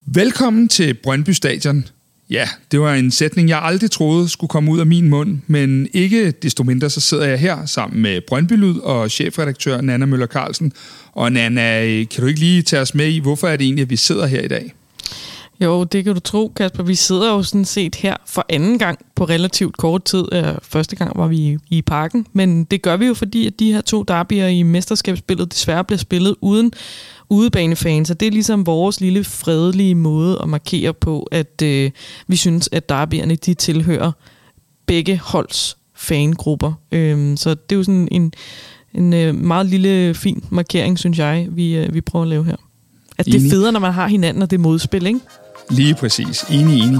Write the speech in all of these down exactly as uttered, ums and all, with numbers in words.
Velkommen til Brøndby Stadion. Ja, det var en sætning, jeg aldrig troede skulle komme ud af min mund, men ikke desto mindre så sidder jeg her sammen med Brøndby Lyd og chefredaktør Nanna Møller Carlsen. Og Nanna, kan du ikke lige tage os med i, hvorfor er det egentlig, at vi sidder her i dag? Jo, det kan du tro, Kasper. Vi sidder jo sådan set her for anden gang på relativt kort tid. Første gang var vi i Parken, men det gør vi jo, fordi at de her to derbyer i mesterskabsspillet desværre bliver spillet uden udebanefans, og det er ligesom vores lille fredelige måde at markere på, at øh, vi synes, at derbyerne de tilhører begge holds fangrupper. Øhm, så det er jo sådan en, en øh, meget lille, fin markering, synes jeg, vi, øh, vi prøver at lave her. At det er federe, når man har hinanden, og det er modspil, ikke? Lige præcis. Enig, enig.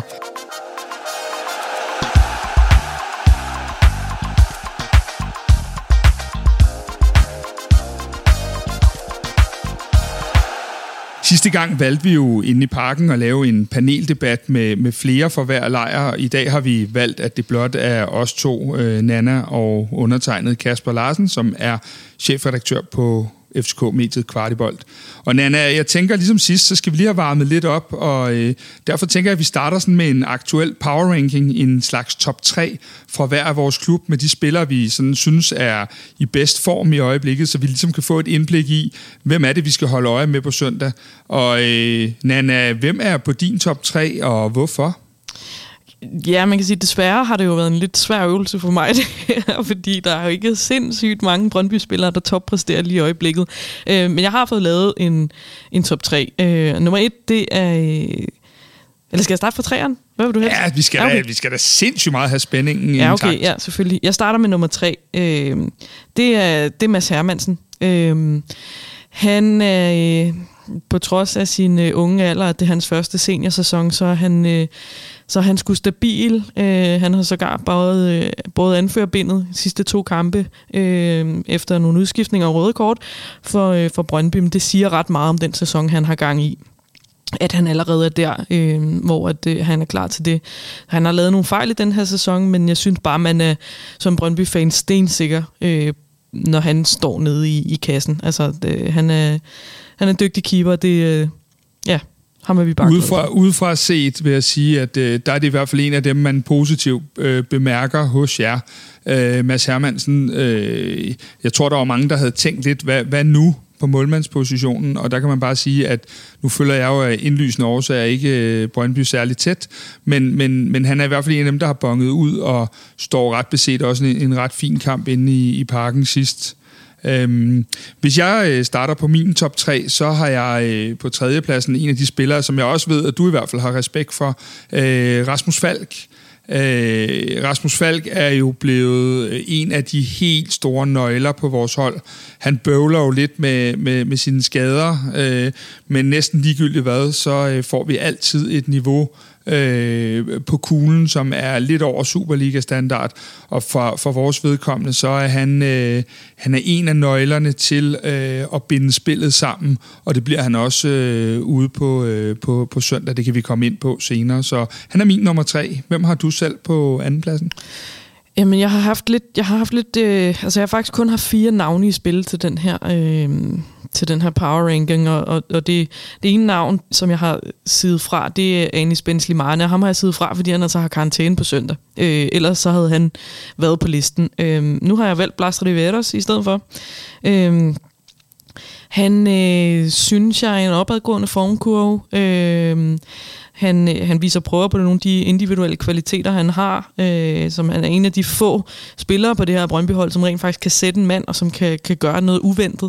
Sidste gang valgte vi jo inde i Parken at lave en paneldebat med, med flere fra hver lejr. I dag har vi valgt, at det blot er os to, øh, Nanna og undertegnet Kasper Larsen, som er chefredaktør på F C K-mediet Kvartibolt. Og Nanna, jeg tænker ligesom sidst, så skal vi lige have varmet lidt op, og øh, derfor tænker jeg, at vi starter sådan med en aktuel power ranking, en slags top tre fra hver af vores klub, med de spillere, vi sådan synes er i bedst form i øjeblikket, så vi ligesom kan få et indblik i, hvem er det, vi skal holde øje med på søndag. Og øh, Nanna, hvem er på din top tre, og hvorfor? Ja, man kan sige, at desværre har det jo været en lidt svær øvelse for mig, det her, fordi der er jo ikke sindssygt mange Brøndby-spillere, der toppræsterer lige i øjeblikket. Øh, men jeg har fået lavet en, en top tre. Øh, nummer et, det er... Eller skal jeg starte fra treeren? Hvad vil du helst? Ja, vi skal, ja, okay. da, vi skal da sindssygt meget have spændingen. Ja, okay, ja, selvfølgelig. Jeg starter med nummer tre. Øh, det, er, det er Mads Hermansen. Øh, han er... Øh, på trods af sin øh, unge alder, at det er hans første seniorsæson, så er han, øh, så er han sgu stabil. Øh, han har sågar både, øh, både anførerbindet de sidste to kampe øh, efter nogle udskiftninger og røde kort for, øh, for Brøndby. Men det siger ret meget om den sæson, han har gang i. At han allerede er der, øh, hvor at, øh, han er klar til det. Han har lavet nogle fejl i den her sæson, men jeg synes bare, man er som Brøndby-fan stensikker, øh, når han står nede i, i kassen. Altså, det, han er... Han er en dygtig keeper, det øh, ja, ham er vi bare udefra, udefra set vil jeg sige, at øh, der er det i hvert fald en af dem, man positivt øh, bemærker hos jer. Øh, Mads Hermansen, øh, jeg tror, der var mange, der havde tænkt lidt, hvad, hvad nu på målmandspositionen, og der kan man bare sige, at nu følger jeg jo af indlysende årsager ikke øh, Brøndby særligt tæt, men, men, men han er i hvert fald en af dem, der har bonget ud og står ret beset også en, en ret fin kamp inde i, i Parken sidst. Øhm, hvis jeg starter på min top tre, så har jeg øh, på tredjepladsen en af de spillere, som jeg også ved, at du i hvert fald har respekt for, øh, Rasmus Falk. Øh, Rasmus Falk er jo blevet en af de helt store nøgler på vores hold. Han bøvler jo lidt med, med, med sine skader, øh, men næsten ligegyldigt hvad, så øh, får vi altid et niveau øh, på kuglen, som er lidt over Superliga-standard, og for, for vores vedkommende, så er han, øh, han er en af nøglerne til øh, at binde spillet sammen, og det bliver han også øh, ude på, øh, på, på søndag, det kan vi komme ind på senere, så han er min nummer tre. Hvem har du selv på andenpladsen? Jamen, jeg har haft lidt, jeg har haft lidt, øh, altså jeg har faktisk kun haft fire navne i spil til den her, øh, til den her power ranking, og, og, og det, det ene navn, som jeg har siddet fra, det er Anis Ben Slimane, og ham har jeg siddet fra, fordi han altså har karantæne på søndag. Øh, ellers så havde han været på listen. Øh, nu har jeg valgt Blas Riveros i stedet for. Øh, han øh, synes jeg er en opadgående formkurve. Øh, Han, han viser prøver på nogle af de individuelle kvaliteter, han har, øh, som han er en af de få spillere på det her Brøndby-hold, som rent faktisk kan sætte en mand, og som kan, kan gøre noget uventet.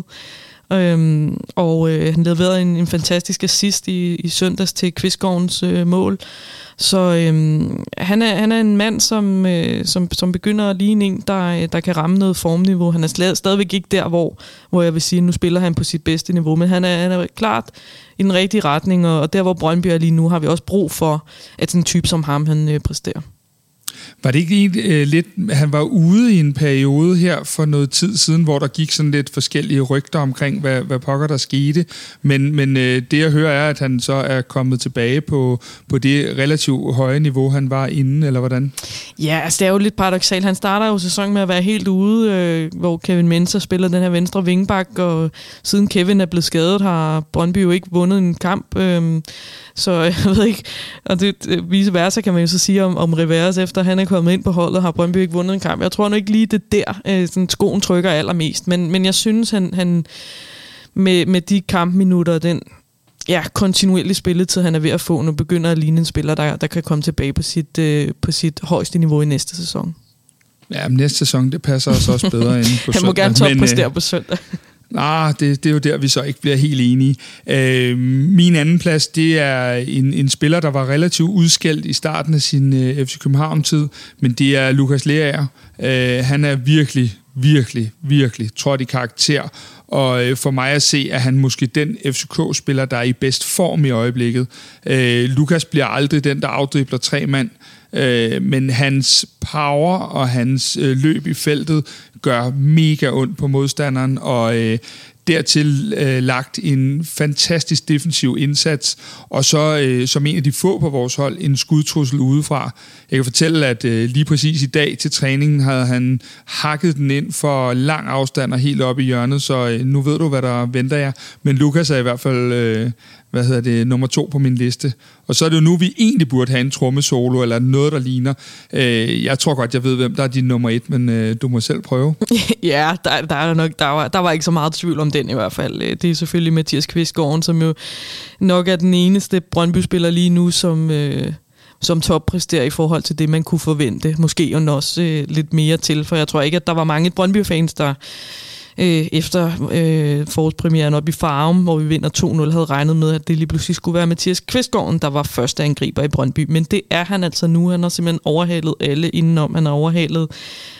Øhm, og øh, han leverede en, en fantastisk assist i, i søndags til Kvistgårdens øh, mål. Så øh, han, er, han er en mand, som, øh, som, som begynder at ligne en, der, der kan ramme noget formniveau. Han er sl- stadigvæk ikke der, hvor, hvor jeg vil sige, nu spiller han på sit bedste niveau, men han er, han er klart i den rigtige retning, og, og der, hvor Brøndby er lige nu, har vi også brug for, at sådan en type som ham, han øh, præsterer. Var det ikke øh, lidt... Han var ude i en periode her for noget tid siden, hvor der gik sådan lidt forskellige rygter omkring, hvad, hvad pokker der skete. Men, men øh, det jeg hører er, at han så er kommet tilbage på, på det relativt høje niveau, han var inden, eller hvordan? Ja, altså det er jo lidt paradoksalt. Han starter jo sæsonen med at være helt ude, øh, hvor Kevin Mensah spiller den her venstre vingbak, og siden Kevin er blevet skadet, har Brøndby jo ikke vundet en kamp. Øh, så jeg ved ikke, og det, det vice versa kan man jo så sige om, om Rivers, efter han er kommet ind på holdet, har Brøndby ikke vundet en kamp. Jeg tror nu ikke lige det der, øh, sådan skoen trykker allermest, men, men jeg synes, han, han med, med de kampminutter, den ja, kontinuerlig spilletid, han er ved at få, nu begynder at ligne en spiller, der, der kan komme tilbage på sit, øh, på sit højeste niveau i næste sæson. Ja, men næste sæson, det passer os også bedre end på søndag. Han må gerne toppræstere på søndag. Nej, det, det er jo der, vi så ikke bliver helt enige. Øh, min anden plads, det er en, en spiller, der var relativt udskældt i starten af sin øh, F C København-tid, men det er Lukas Lerager. Øh, han er virkelig, virkelig, virkelig trådt i karakter, og øh, for mig at se, at han måske den F C K-spiller, der er i bedst form i øjeblikket. Øh, Lukas bliver aldrig den, der afdribler tre mand, øh, men hans power og hans øh, løb i feltet gør mega ondt på modstanderen, og øh, dertil øh, lagt en fantastisk defensiv indsats, og så øh, som en af de få på vores hold, en skudtrussel udefra. Jeg kan fortælle, at øh, lige præcis i dag til træningen havde han hakket den ind for lang afstand og helt op i hjørnet, så øh, nu ved du, hvad der venter jer. Men Lukas er i hvert fald øh, hvad hedder det, nummer to på min liste. Og så er det jo nu, vi egentlig burde have en trommesolo, eller noget, der ligner. Øh, jeg tror godt, jeg ved, hvem der er din nummer et, men øh, du må selv prøve. Ja, der, der, er nok, der, var, der var ikke så meget tvivl om den i hvert fald. Det er selvfølgelig Mathias Kvistgaard, som jo nok er den eneste Brøndby-spiller lige nu, som... Øh som toppræsterer i forhold til det, man kunne forvente. Måske jo også øh, lidt mere til, for jeg tror ikke, at der var mange Brøndby-fans, der øh, efter øh, forårspremieren op i Farum, hvor vi vinder to nul, havde regnet med, at det lige pludselig skulle være Mathias Kvistgaard, der var første angriber i Brøndby. Men det er han altså nu. Han har simpelthen overhalet alle indenom. Han har overhalet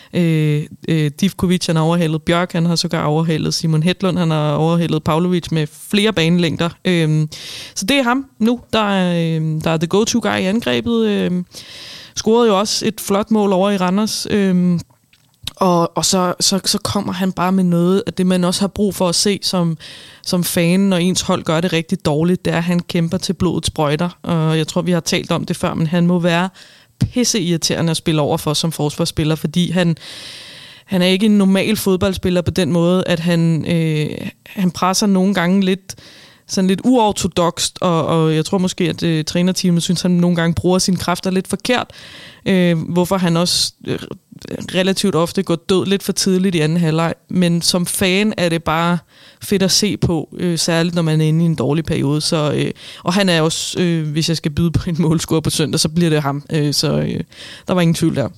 Øh, øh, Divkovic, han har overhalet Bjørk, han har sågar overhalet Simon Hedlund, han har overhalet Pavlovic med flere banelængder. Øh, så det er ham nu, der er, øh, der er the go-to guy i angrebet. Øh, scorede jo også et flot mål over i Randers. Øh, og og så, så, så kommer han bare med noget af det, man også har brug for at se som, som fan, når ens hold gør det rigtig dårligt, det er, at han kæmper til blodets sprøjter. Og jeg tror, vi har talt om det før, men han må være pisse irriterende at spille over for som forsvarsspiller, fordi han, han er ikke en normal fodboldspiller på den måde, at han, øh, han presser nogle gange lidt, sådan lidt uortodokst, og, og jeg tror måske, at øh, trænerteamet synes, at han nogle gange bruger sine kræfter lidt forkert, øh, hvorfor han også øh, relativt ofte går død lidt for tidligt i anden halvleg. Men som fan er det bare fedt at se på, øh, særligt når man er inde i en dårlig periode. Så, øh, og han er også, øh, hvis jeg skal byde på en målscore på søndag, så bliver det ham. Øh, så øh, der var ingen tvivl der.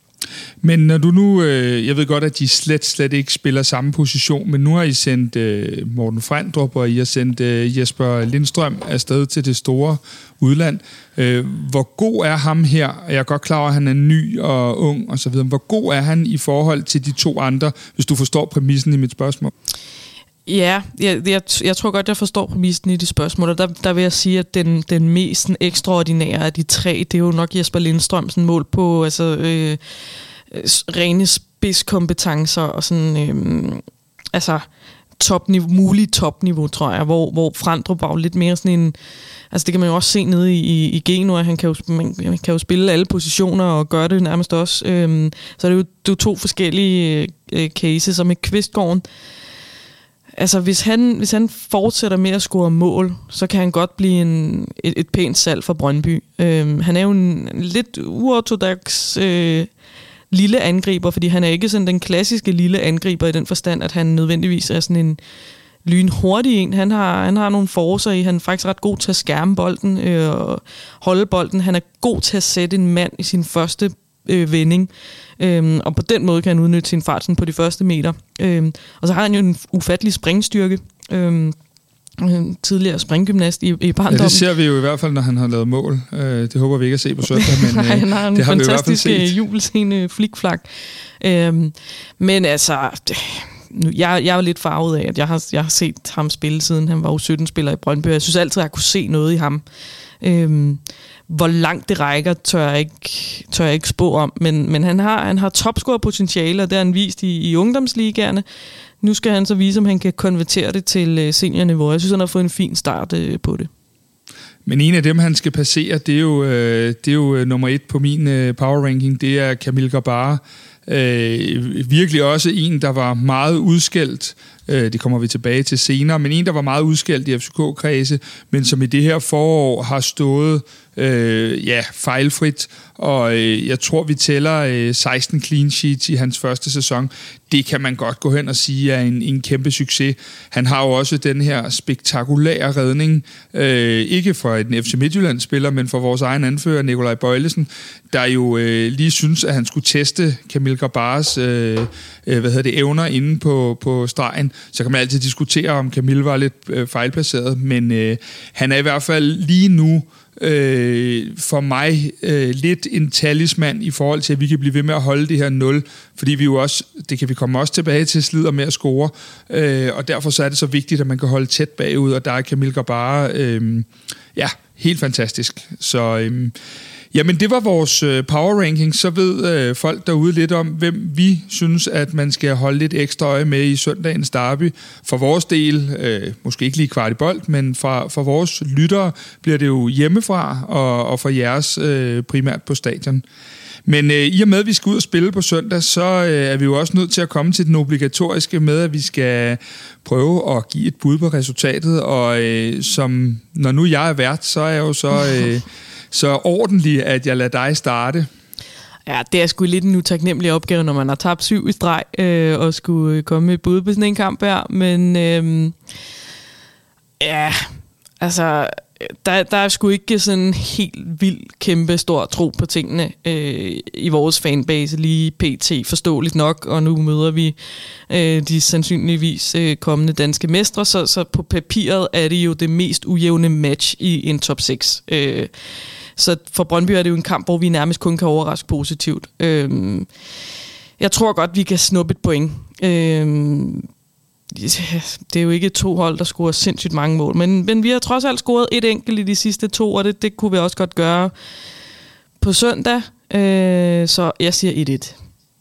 Men når du nu, øh, jeg ved godt, at de slet, slet ikke spiller samme position, men nu har I sendt øh, Morten Frendrup, og I har sendt øh, Jesper Lindstrøm afsted til det store udland. Øh, hvor god er ham her? Jeg er godt klar over, at han er ny og ung og så videre. Hvor god er han i forhold til de to andre, hvis du forstår præmissen i mit spørgsmål? Ja, jeg, jeg, jeg tror godt, jeg forstår præmissen i de spørgsmål, og der, der vil jeg sige, at den, den mest sådan, ekstraordinære af de tre, det er jo nok Jesper Lindstrøm, sådan mål på altså, øh, rene spidskompetencer og sådan, øh, altså topniveau, mulig topniveau, tror jeg, hvor, hvor Frendrup var lidt mere sådan en, altså det kan man jo også se nede i, i, i Genua, han kan, jo, man, man kan jo spille alle positioner og gøre det nærmest også, øh, så er det jo, det er jo to forskellige øh, cases, og med Kvistgaard. Altså, hvis han, hvis han fortsætter med at score mål, så kan han godt blive en, et, et pænt salg for Brøndby. Øhm, han er jo en lidt uortodoks øh, lille angriber, fordi han er ikke sådan den klassiske lille angriber i den forstand, at han nødvendigvis er sådan en lynhurtig en. Han har, han har nogle forcer i, han er faktisk ret god til at skærme bolden øh, og holde bolden. Han er god til at sætte en mand i sin første øh, vending. Øhm, og på den måde kan han udnytte sin fart sådan på de første meter. Øhm, og så har han jo en ufattelig springstyrke. Øhm, tidligere springgymnast i, i barndommen. Ja, det ser vi jo i hvert fald, når han har lavet mål. Øh, det håber vi ikke at se på søndag, men Nej, han har en det har fantastisk vi i hvert fald set. Julescene flikflak. Øhm, men altså, nu, jeg, jeg er jo lidt farvet af, at jeg har, jeg har set ham spille, siden han var jo sytten-spiller i Brøndby. Jeg synes altid, at jeg kunne se noget i ham. Øhm, hvor langt det rækker, tør jeg ikke, tør jeg ikke spå om. Men, men han har, han har topscore-potentiale, og det har han vist i, i ungdomsligaerne. Nu skal han så vise, om han kan konvertere det til seniorniveau. Jeg synes, han har fået en fin start øh, på det. Men en af dem, han skal passere, det er jo, øh, det er jo øh, nummer et på min øh, power ranking, det er Kamil Grabara. Øh, virkelig også en, der var meget udskældt. Øh, det kommer vi tilbage til senere, men en, der var meget udskældt i F C K-kredse, men som i det her forår har stået øh, ja, fejlfrit, og øh, jeg tror, vi tæller øh, seksten clean sheets i hans første sæson. Det kan man godt gå hen og sige er en, en kæmpe succes. Han har jo også den her spektakulære redning, øh, ikke for en F C Midtjylland-spiller, men for vores egen anfører, Nikolaj Bøjlesen, der jo øh, lige synes, at han skulle teste Kamil Grabaras øh, øh, hvad hedder det, evner inde på, på stregen. Så kan man altid diskutere, om Kamil var lidt øh, fejlplaceret, men øh, han er i hvert fald lige nu øh, for mig øh, lidt en talisman i forhold til, at vi kan blive ved med at holde det her nul, fordi vi jo også, det kan vi komme også tilbage til, slider med at score, øh, og derfor så er det så vigtigt, at man kan holde tæt bagud, og der er Kamil Grabara øh, ja, helt fantastisk. Så øh, jamen, det var vores øh, power ranking. Så ved øh, folk derude lidt om, hvem vi synes, at man skal holde lidt ekstra øje med i søndagens derby. For vores del, øh, måske ikke lige kvart i bold, men for, for vores lyttere bliver det jo hjemmefra, og, og for jeres øh, primært på stadion. Men øh, i og med, at vi skal ud og spille på søndag, så øh, er vi jo også nødt til at komme til den obligatoriske med, at vi skal prøve at give et bud på resultatet. Og øh, som, når nu jeg er vært, så er jeg jo så... Øh, Så ordentligt, at jeg lader dig starte. Ja, det er sgu lidt en utaknemmelig opgave, når man har tabt syv i streg, øh, og skulle komme med et bud på sådan en kamp her. Men øh, ja, altså, der, der er sgu ikke sådan helt vildt kæmpe stor tro på tingene øh, i vores fanbase, lige pt. Forståeligt nok, og nu møder vi øh, de sandsynligvis øh, kommende danske mestre, så, så på papiret er det jo det mest ujævne match i en top seks. Øh, Så for Brøndby er det jo en kamp, hvor vi nærmest kun kan overraske positivt. Øhm, jeg tror godt, vi kan snuppe et point. Øhm, det er jo ikke to hold, der scorer sindssygt mange mål, men, men vi har trods alt scoret et enkelt i de sidste to, og det, det kunne vi også godt gøre på søndag. Øh, så jeg siger et et.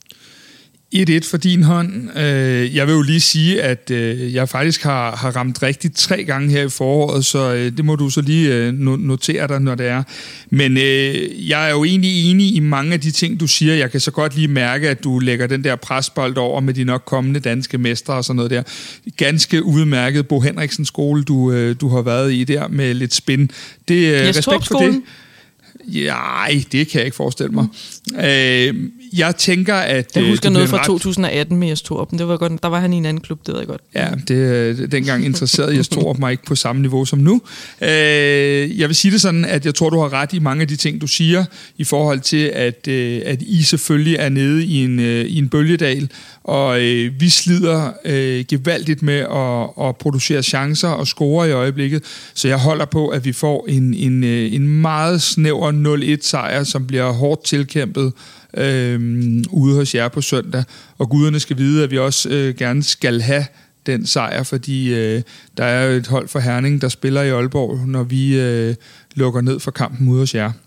et et for din hånd. Jeg vil jo lige sige, at jeg faktisk har, har ramt rigtigt tre gange her i foråret, så det må du så lige notere dig, når det er. Men jeg er jo egentlig enig i mange af de ting, du siger. Jeg kan så godt lige mærke, at du lægger den der presbold over med de nok kommende danske mestre og sådan noget der. Ganske udmærket Bo Henriksen skole, du, du har været i der med lidt spin. Det, respekt for det. Nej, det kan jeg ikke forestille mig. Øh, jeg tænker, at... Jeg husker noget fra ret... to tusind og atten med Jes Torup. Det var godt, der var han i en anden klub, det ved jeg godt. Ja, det, dengang interesserede Jes Torup mig ikke på samme niveau som nu. Øh, jeg vil sige det sådan, at jeg tror, du har ret i mange af de ting, du siger, i forhold til, at, at I selvfølgelig er nede i en, i en bølgedal, og øh, vi slider øh, gevaldigt med at, at producere chancer og score i øjeblikket, så jeg holder på, at vi får en, en, en meget snæver nul et sejr, som bliver hårdt tilkæmpet øh, ude hos jer på søndag, og guderne skal vide, at vi også øh, gerne skal have den sejr, fordi øh, der er jo et hold for Herning, der spiller i Aalborg, når vi øh, lukker ned for kampen ude hos jer.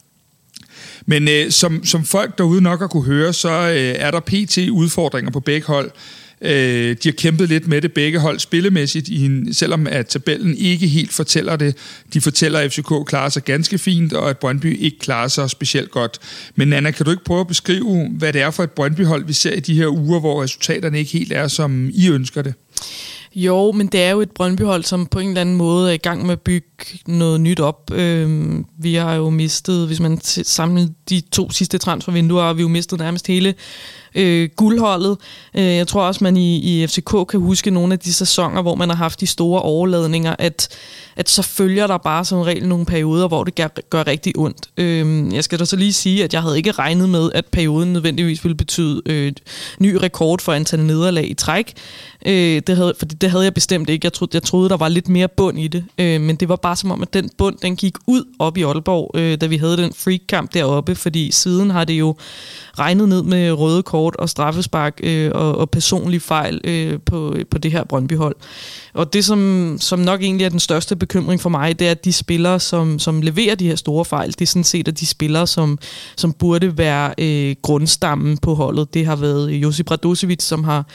Men øh, som, som folk derude nok har kunne høre, så øh, er der pt. Udfordringer på begge hold. Øh, de har kæmpet lidt med det begge hold spillemæssigt, i en, selvom at tabellen ikke helt fortæller det. De fortæller, at F C K klarer sig ganske fint, og at Brøndby ikke klarer sig specielt godt. Men Anna, kan du ikke prøve at beskrive, hvad det er for et Brøndby-hold, vi ser i de her uger, hvor resultaterne ikke helt er, som I ønsker det? Jo, men det er jo et Brøndby-hold, som på en eller anden måde er i gang med at bygge noget nyt op. Øhm, vi har jo mistet, hvis man samler de to sidste transfervinduer, har vi jo mistet nærmest hele øh, guldholdet. Øh, jeg tror også, man i, i F C K kan huske nogle af de sæsoner, hvor man har haft de store overladninger, at, at så følger der bare som regel nogle perioder, hvor det gør, gør rigtig ondt. Øh, jeg skal da så lige sige, at jeg havde ikke regnet med, at perioden nødvendigvis ville betyde øh, ny rekord for antal nederlag i træk. Øh, det havde, fordi det havde jeg bestemt ikke. Jeg troede, jeg troede, der var lidt mere bund i det. Øh, men det var bare som om, at den bund, den gik ud op i Aalborg, øh, da vi havde den freak-kamp deroppe, fordi siden har det jo regnet ned med røde kort og straffespark øh, og, og personlig fejl øh, på, på det her Brøndby-hold. Og det, som, som nok egentlig er den største bekymring for mig, det er, at de spillere, som, som leverer de her store fejl, det er sådan set, at de spillere, som, som burde være øh, grundstammen på holdet. Det har været Josip Radosevic, som har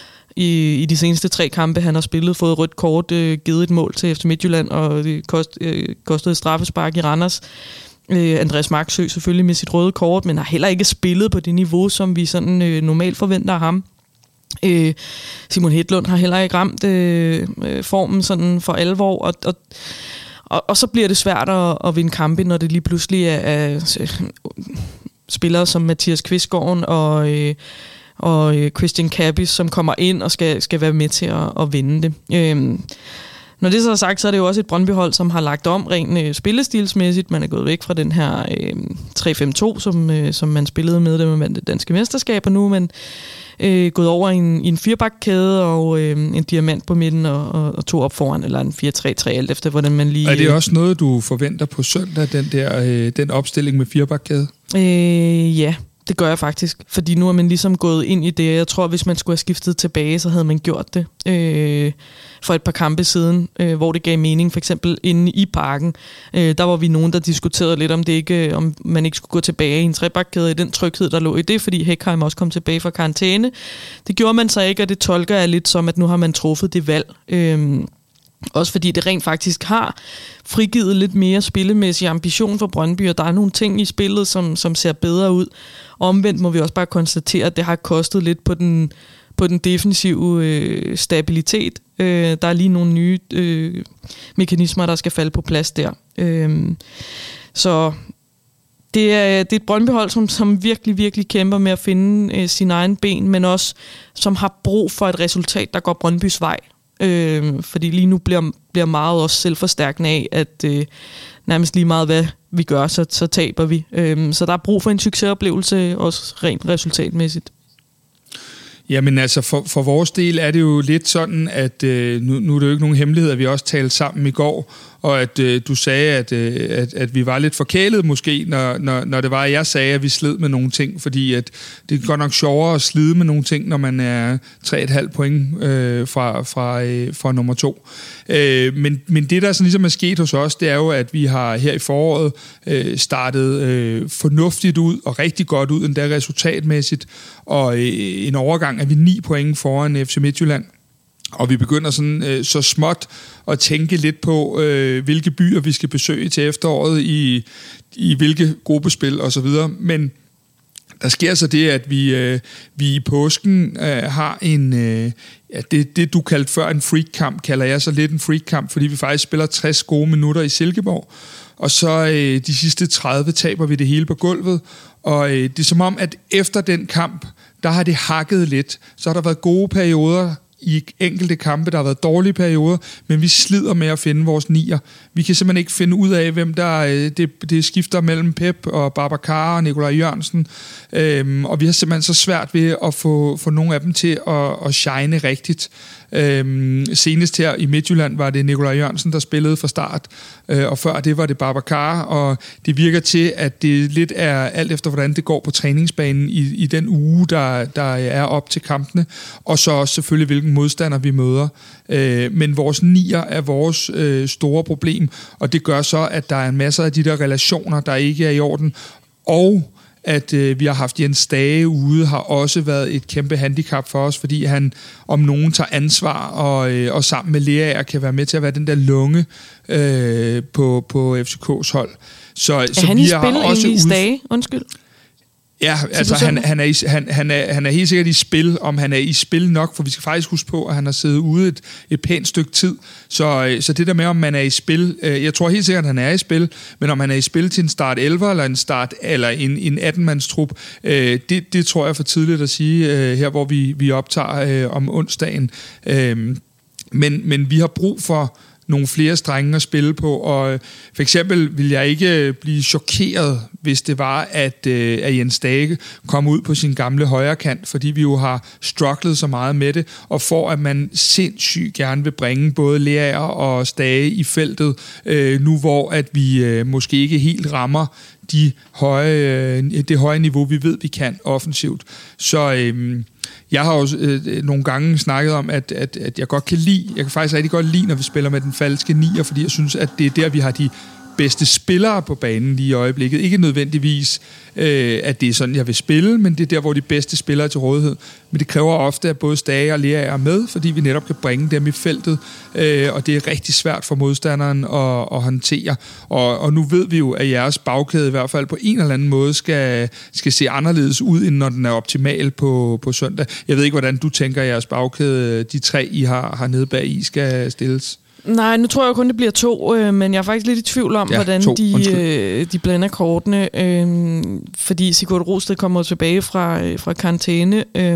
i, i de seneste tre kampe, han har spillet, fået rødt kort, øh, givet et mål til F C Midtjylland, og det kost, øh, kostede straffespark i Randers. Øh, Andreas Marksø selvfølgelig med sit røde kort, men har heller ikke spillet på det niveau, som vi sådan øh, normalt forventer af ham. Øh, Simon Hedlund har heller ikke ramt øh, formen sådan for alvor, og, og, og, og så bliver det svært at, at vinde kampe, når det lige pludselig er, er øh, spillere som Mathias Kvistgaard og, øh, og øh, Christian Kappis, som kommer ind og skal, skal være med til at, at vinde det. Øh, Når det så er sagt, så er det jo også et Brøndby-hold, som har lagt om rent øh, spillestilsmæssigt. Man er gået væk fra den her øh, tre fem to, som, øh, som man spillede med, da man vandt det danske mesterskab, og nu er man øh, gået over i en, i en firebakkæde og øh, en diamant på midten og, og, og to op foran, eller en fire tre tre, alt efter hvordan man lige... Er det også noget, du forventer på søndag, den der øh, den opstilling med firebakkæde? Øh, ja. Det gør jeg faktisk, fordi nu er man ligesom gået ind i det. Jeg tror, hvis man skulle have skiftet tilbage, så havde man gjort det øh, for et par kampe siden, øh, hvor det gav mening. For eksempel inde i Parken, øh, der var vi nogen, der diskuterede lidt, om det ikke, om man ikke skulle gå tilbage i en trebakkæde i den tryghed, der lå i det, fordi Hækheim også kom tilbage fra karantæne. Det gjorde man så ikke, og det tolker jeg lidt som, at nu har man truffet det valg. Øh, Også fordi det rent faktisk har frigivet lidt mere spillemæssig ambition for Brøndby, og der er nogle ting i spillet, som, som ser bedre ud. Omvendt må vi også bare konstatere, at det har kostet lidt på den, på den defensive øh, stabilitet. Øh, der er lige nogle nye øh, mekanismer, der skal falde på plads der. Øh, så det er, det er et Brøndby-hold, som, som virkelig, virkelig kæmper med at finde øh, sine egne ben, men også som har brug for et resultat, der går Brøndbys vej. Øh, fordi lige nu bliver, bliver meget også selvforstærkende af, at øh, nærmest lige meget hvad vi gør, så, så taber vi. Øh, så der er brug for en succesoplevelse, også rent resultatmæssigt. Jamen altså, for, for vores del er det jo lidt sådan, at øh, nu, nu er det jo ikke nogen hemmelighed, at vi også talte sammen i går, og at øh, du sagde, at, øh, at, at vi var lidt forkælet måske, når, når, når det var, at jeg sagde, at vi slid med nogle ting, fordi at det er godt nok sjovere at slide med nogle ting, når man er tre komma fem point øh, fra, fra, øh, fra nummer to. Øh, men, men det, der sådan ligesom er sket hos os, det er jo, at vi har her i foråret øh, startet øh, fornuftigt ud, og rigtig godt ud, endda resultatmæssigt, og øh, en overgang er vi ni point foran F C Midtjylland. Og vi begynder sådan øh, så småt at tænke lidt på, øh, hvilke byer vi skal besøge til efteråret, i, i hvilke gruppespil og så videre. Men der sker så det, at vi, øh, vi i påsken øh, har en... Øh, ja, det, det, du kaldte før en freak-kamp, kalder jeg så lidt en freak-kamp, fordi vi faktisk spiller tres gode minutter i Silkeborg. Og så øh, de sidste tredive taber vi det hele på gulvet. Og øh, det er som om, at efter den kamp, der har det hakket lidt. Så har der været gode perioder i enkelte kampe, der har været dårlige perioder, men vi slider med at finde vores nier. Vi kan simpelthen ikke finde ud af, hvem der det, det skifter mellem Pep og Babacar og Nikolaj Jørgensen, øhm, og vi har simpelthen så svært ved at få, få nogle af dem til at, at shine rigtigt. Øhm, senest her i Midtjylland var det Nikolaj Jørgensen, der spillede fra start, øh, og før det var det Babacar, og det virker til, at det lidt er alt efter, hvordan det går på træningsbanen i, i den uge, der, der er op til kampene, og så også selvfølgelig, hvilken modstander vi møder. Øh, men vores nier er vores øh, store problem, og det gør så, at der er en masse af de der relationer, der ikke er i orden, og at øh, vi har haft Jens Stage ude, har også været et kæmpe handicap for os, fordi han om nogen tager ansvar, og, øh, og sammen med Leaer kan være med til at være den der lunge øh, på, på F C K's hold. Så, er så han vi i har spil også i Stage? Undskyld. Ja, altså han, han, er i, han, han, er, han er helt sikkert i spil. Om han er i spil nok, for vi skal faktisk huske på, at han har siddet ude et, et pænt stykke tid. Så, så det der med, om man er i spil, jeg tror helt sikkert, at han er i spil, men om han er i spil til en start elleve eller en start eller en, en atten-mands trup, det, det tror jeg er for tidligt at sige her, hvor vi, vi optager om onsdagen. Men, men vi har brug for nogle flere strenge at spille på, og for eksempel vil jeg ikke blive chokeret, hvis det var, at, øh, at Jens Dage kom ud på sin gamle højre kant, fordi vi jo har strugglet så meget med det, og for at man sindssygt gerne vil bringe både Leaer og Stage i feltet, øh, nu hvor at vi øh, måske ikke helt rammer de høje, øh, det høje niveau, vi ved, vi kan offensivt. Så øh, jeg har jo øh, nogle gange snakket om, at, at, at jeg godt kan lide, jeg kan faktisk rigtig godt lide, når vi spiller med den falske nier, fordi jeg synes, at det er der, vi har de bedste spillere på banen lige i øjeblikket. Ikke nødvendigvis, øh, at det er sådan, jeg vil spille, men det er der, hvor de bedste spillere er til rådighed. Men det kræver ofte, at både Stage og Leaer er med, fordi vi netop kan bringe dem i feltet, øh, og det er rigtig svært for modstanderen at, at håndtere. Og, og nu ved vi jo, at jeres bagkæde i hvert fald på en eller anden måde skal, skal se anderledes ud, end når den er optimal på, på søndag. Jeg ved ikke, hvordan du tænker, at jeres bagkæde, de tre, I har, har nede bag i, skal stilles. Nej, nu tror jeg kun, det bliver to, øh, men jeg er faktisk lidt i tvivl om, ja, hvordan to. de, øh, de blander kortene, øh, fordi Sigurd Rosted kommer tilbage fra, øh, fra karantæne, øh,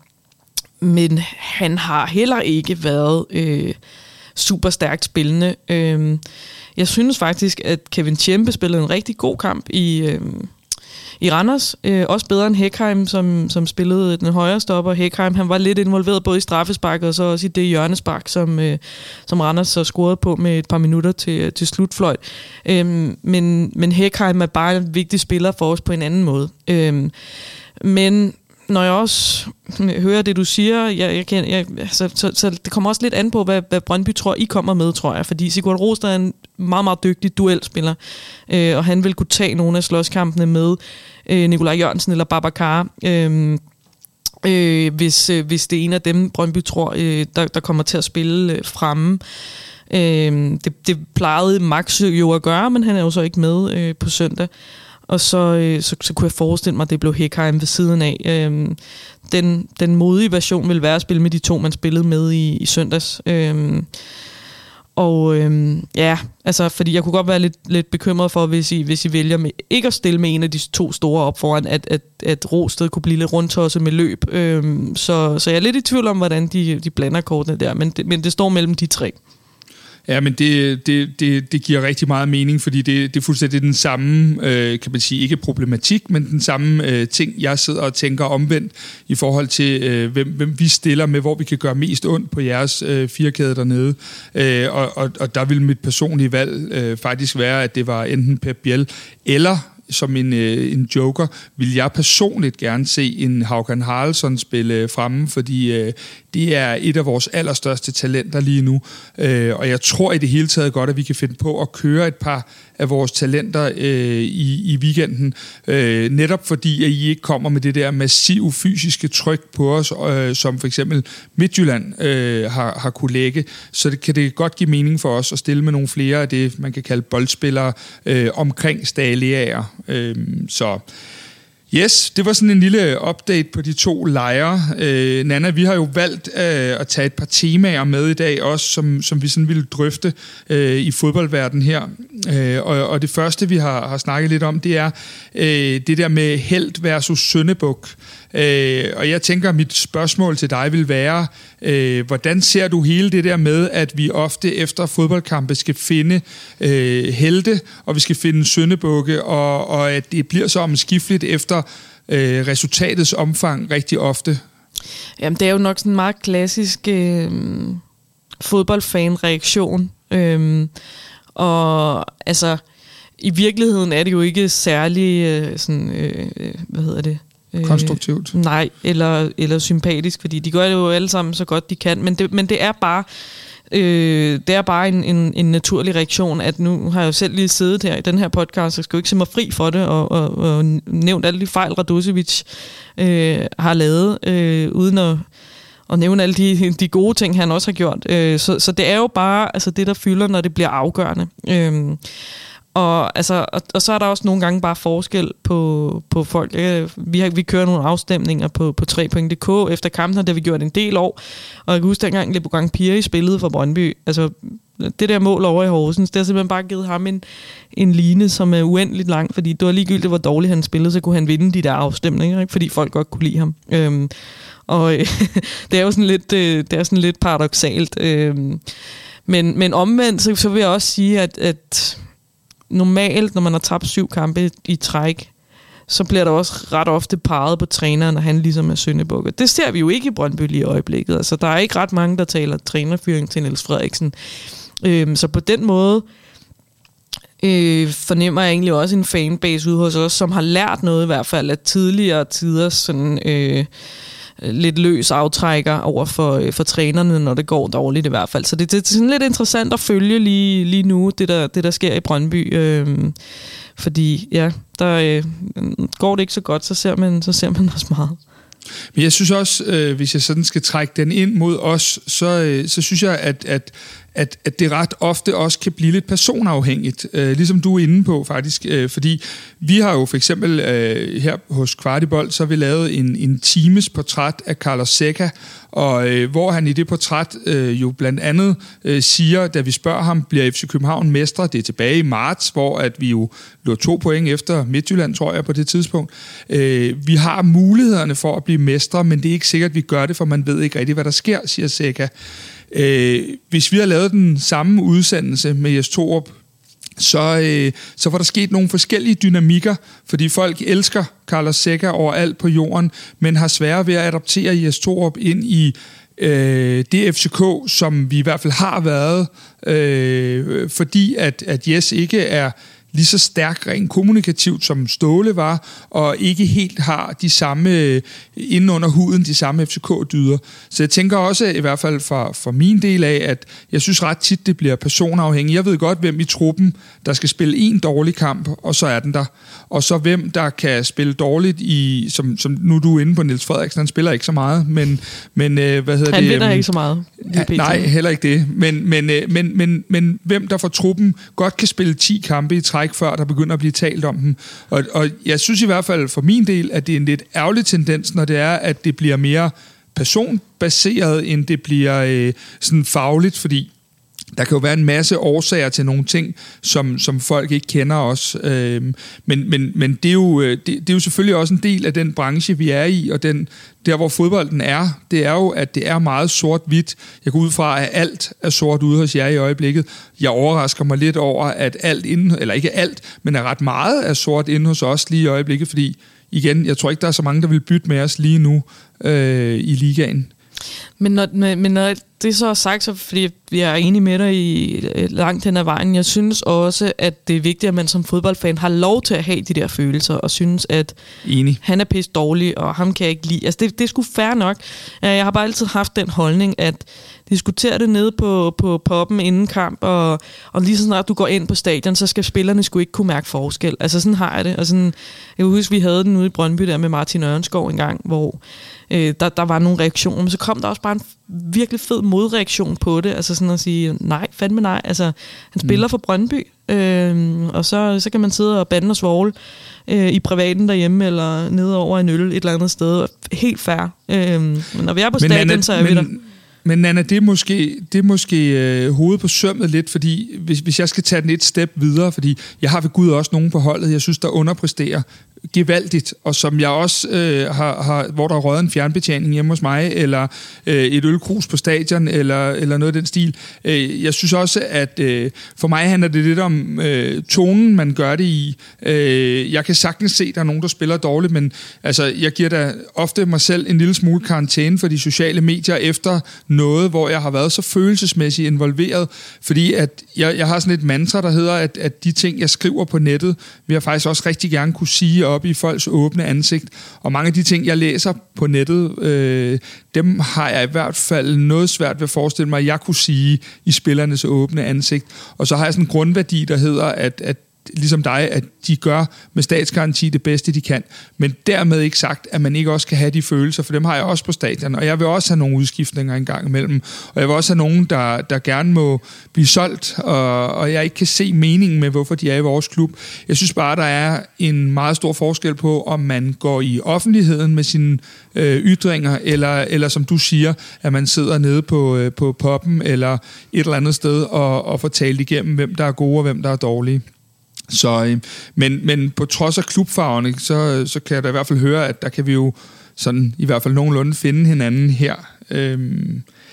men han har heller ikke været øh, super stærkt spillende. Øh, jeg synes faktisk, at Kevin Tjempe spillede en rigtig god kamp i... Øh, I Randers, øh, også bedre end Hækheim, som, som spillede den højre stopper. Hækheim, han var lidt involveret både i straffespark og så også i det hjørnespark, som, øh, som Randers så scorede på med et par minutter til, til slutfløjt. Øhm, men, men Hækheim er bare en vigtig spiller for os på en anden måde. Øhm, men når jeg også hører det, du siger, jeg, jeg kan, jeg, så, så, så det kommer også lidt an på, hvad, hvad Brøndby tror, I kommer med, tror jeg. Fordi Sigurd Rosted er en meget, meget dygtig duelspiller, øh, og han vil kunne tage nogle af slåskampene med øh, Nikolaj Jørgensen eller Babacar, øh, øh, hvis, øh, hvis det er en af dem, Brøndby tror, øh, der, der kommer til at spille øh, fremme. Øh, det, det plejede Max jo at gøre, men han er jo så ikke med øh, på søndag. Og så, øh, så, så kunne jeg forestille mig, at det blev Hækheim ved siden af. Øhm, den, den modige version ville være at spille med de to, man spillede med i, i søndags. Øhm, og øhm, ja, altså, fordi jeg kunne godt være lidt, lidt bekymret for, hvis I, hvis I vælger med, ikke at stille med en af de to store op foran, at, at, at Rosted kunne blive lidt rundtosset med løb. Øhm, så, så jeg er lidt i tvivl om, hvordan de, de blander kortene der, men det, men det står mellem de tre. Ja, men det, det, det, det giver rigtig meget mening, fordi det, det er fuldstændig den samme, øh, kan man sige, ikke problematik, men den samme øh, ting, jeg sidder og tænker omvendt i forhold til, øh, hvem, hvem vi stiller med, hvor vi kan gøre mest ondt på jeres øh, firkæde dernede. Øh, og, og, og der vil mit personlige valg øh, faktisk være, at det var enten Pep Biel eller som en, øh, en joker, vil jeg personligt gerne se en Håkan Haraldsson spille fremme, fordi øh, det er et af vores allerstørste talenter lige nu. Øh, og jeg tror i det hele taget godt, at vi kan finde på at køre et par af vores talenter øh, i, i weekenden. Øh, netop fordi, at I ikke kommer med det der massive fysiske tryk på os, øh, som for eksempel Midtjylland øh, har, har kunne lægge. Så det kan det godt give mening for os at stille med nogle flere af det, man kan kalde boldspillere øh, omkring Staleager. Øh, så... Yes, det var sådan en lille update på de to lejre. Øh, Nana, vi har jo valgt øh, at tage et par temaer med i dag også, som, som vi sådan ville drøfte øh, i fodboldverdenen her. Øh, og, og det første, vi har, har snakket lidt om, det er øh, det der med helt versus syndebuk. Øh, og jeg tænker, at mit spørgsmål til dig vil være, øh, hvordan ser du hele det der med, at vi ofte efter fodboldkampe skal finde øh, helte, og vi skal finde syndebukke, og, og at det bliver så omskifteligt efter øh, resultatets omfang rigtig ofte? Jamen, det er jo nok sådan en meget klassisk øh, fodboldfan-reaktion. Øh, og altså, i virkeligheden er det jo ikke særlig øh, sådan, øh, hvad hedder det? Konstruktivt. Øh, nej, eller, eller sympatisk, fordi de gør det jo alle sammen så godt de kan, men det, men det er bare øh, det er bare en, en, en naturlig reaktion, at nu har jeg jo selv lige siddet her i den her podcast, så jeg skal jo ikke se mig fri for det, og, og, og nævnt alle de fejl, Radosevic øh, har lavet, øh, uden at, at nævne alle de, de gode ting, han også har gjort. Øh, så, så det er jo bare altså det, der fylder, når det bliver afgørende. Øh, Og, altså, og, og så er der også nogle gange bare forskel på, på folk. Vi, har, vi kører nogle afstemninger på, på tre point punktum d k efter kampen, og det har vi gjort en del år. Og jeg kan huske, dengang Lebogang Piri spillede for Brøndby. Altså, det der mål over i Horsens, det har simpelthen bare givet ham en, en line, som er uendeligt lang, fordi det var ligegyldigt, hvor dårligt han spillede, så kunne han vinde de der afstemninger, ikke? Fordi folk godt kunne lide ham. Øhm, og det er jo sådan lidt, det er sådan lidt paradoksalt. Øhm, men, men omvendt, så, så vil jeg også sige, at... at normalt, når man har tabt syv kampe i træk, så bliver der også ret ofte peget på træneren, når han ligesom er syndebukker. Det ser vi jo ikke i Brøndby lige i øjeblikket. Altså, der er ikke ret mange, der taler trænerfyring til Niels Frederiksen. Øhm, så på den måde øh, fornemmer jeg egentlig også en fanbase ude hos os, som har lært noget i hvert fald af tidligere tiders sådan, øh, lidt løs aftrækker over for, øh, for trænerne, når det går dårligt i hvert fald. Så det, det er sådan lidt interessant at følge lige, lige nu, det der, det der sker i Brøndby. Øh, fordi ja, der øh, går det ikke så godt, så ser man, så ser man også meget. Men jeg synes også, øh, hvis jeg sådan skal trække den ind mod os, så, øh, så synes jeg, at, at, at, at det ret ofte også kan blive lidt personafhængigt, øh, ligesom du er inde på faktisk, øh, fordi vi har jo for eksempel øh, her hos Kvartibold, så har vi lavet en, en times portræt af Carlos Seca, og øh, hvor han i det portræt øh, jo blandt andet øh, siger, da vi spørger ham, bliver F C København mestre? Det er tilbage i marts, hvor at vi jo lå to point efter Midtjylland, tror jeg, på det tidspunkt. Øh, vi har mulighederne for at blive mestre, men det er ikke sikkert, at vi gør det, for man ved ikke rigtig, hvad der sker, siger Seca. Øh, hvis vi har lavet den samme udsendelse med Jes Torup, så, øh, så var der sket nogle forskellige dynamikker, fordi folk elsker Carlos Seca overalt på jorden, men har svære ved at adoptere Jes Torup ind i øh, det F C K, som vi i hvert fald har været, øh, fordi at, at Jes ikke er lige så stærk rent kommunikativt, som Ståle var, og ikke helt har de samme, inden under huden, de samme F C K-dyder. Så jeg tænker også, i hvert fald for, for min del af, at jeg synes ret tit, det bliver personafhængigt. Jeg ved godt, hvem i truppen, der skal spille en dårlig kamp, og så er den der. Og så hvem, der kan spille dårligt i, som, som nu er du inde på Niels Frederiksen, han spiller ikke så meget, men, men øh, hvad hedder han det? Han vinder ikke så meget. Ja, nej, heller ikke det. Men, men, øh, men, men, men hvem der for truppen godt kan spille ti kampe i træk, før der begynder at blive talt om dem. Og, og jeg synes i hvert fald for min del, at det er en lidt ærgerlig tendens, når det er, at det bliver mere personbaseret, end det bliver øh, sådan fagligt, fordi der kan jo være en masse årsager til nogle ting, som, som folk ikke kender os. Øhm, men men, men det, er jo, det, det er jo selvfølgelig også en del af den branche, vi er i, og den, der, hvor fodbolden er, det er jo, at det er meget sort-hvidt. Jeg går ud fra, at alt er sort ude hos jer i øjeblikket. Jeg overrasker mig lidt over, at alt inden, eller ikke alt, men er ret meget er sort inde hos os lige i øjeblikket, fordi igen, jeg tror ikke, der er så mange, der vil bytte med os lige nu øh, i ligaen. Men når, men når det så er sagt, så fordi jeg er enig med dig i langt hen ad vejen, jeg synes også, at det er vigtigt, at man som fodboldfan har lov til at have de der følelser, og synes, at enig. Han er pisse dårlig, og ham kan jeg ikke lide. Altså, det, det er sgu fair nok. Jeg har bare altid haft den holdning, at diskutere det nede på, på poppen inden kamp, og, og lige så snart du går ind på stadion, så skal spillerne sgu ikke kunne mærke forskel. Altså, sådan har jeg det. Og sådan, jeg kan huske, vi havde den ude i Brøndby der med Martin Ørnskov en gang, hvor øh, der, der var nogle reaktioner, men så kom der også bare en virkelig fed modreaktion på det, altså sådan at sige, nej, fandme nej, altså han spiller mm. for Brøndby, øh, og så, så kan man sidde og bande og svogle øh, i privaten derhjemme, eller nede over en øl et eller andet sted, helt fair. Øh, men når vi er på stadion, Anna, så er vi der. Men Nanna, det er måske, det er måske øh, hovedet på sømmet lidt, fordi hvis, hvis jeg skal tage den et step videre, fordi jeg har ved Gud også nogen på holdet, jeg synes, der underpresterer gevaldigt, og som jeg også øh, har, har, hvor der er røget en fjernbetjening hjemme hos mig, eller øh, et ølkrus på stadion, eller, eller noget af den stil. Øh, jeg synes også, at øh, for mig handler det lidt om øh, tonen, man gør det i. Øh, jeg kan sagtens se, at der er nogen, der spiller dårligt, men altså, jeg giver da ofte mig selv en lille smule karantæne for de sociale medier efter noget, hvor jeg har været så følelsesmæssigt involveret, fordi at jeg, jeg har sådan et mantra, der hedder, at, at de ting, jeg skriver på nettet, vil jeg faktisk også rigtig gerne kunne sige op i folks åbne ansigt. Og mange af de ting, jeg læser på nettet, øh, dem har jeg i hvert fald noget svært ved at forestille mig, at jeg kunne sige i spillernes åbne ansigt. Og så har jeg sådan en grundværdi, der hedder, at, at ligesom dig, at de gør med statsgaranti det bedste, de kan. Men dermed ikke sagt, at man ikke også kan have de følelser, for dem har jeg også på stadion. Og jeg vil også have nogle udskiftninger en gang imellem. Og jeg vil også have nogen, der, der gerne må blive solgt, og, og jeg ikke kan se meningen med, hvorfor de er i vores klub. Jeg synes bare, der er en meget stor forskel på, om man går i offentligheden med sine øh, ytringer, eller, eller som du siger, at man sidder nede på, øh, på poppen, eller et eller andet sted, og, og får talt igennem, hvem der er gode, og hvem der er dårlige. Så, øh, men, men på trods af klubfarverne, så, så kan jeg da i hvert fald høre, at der kan vi jo sådan i hvert fald nogenlunde finde hinanden her. Øhm,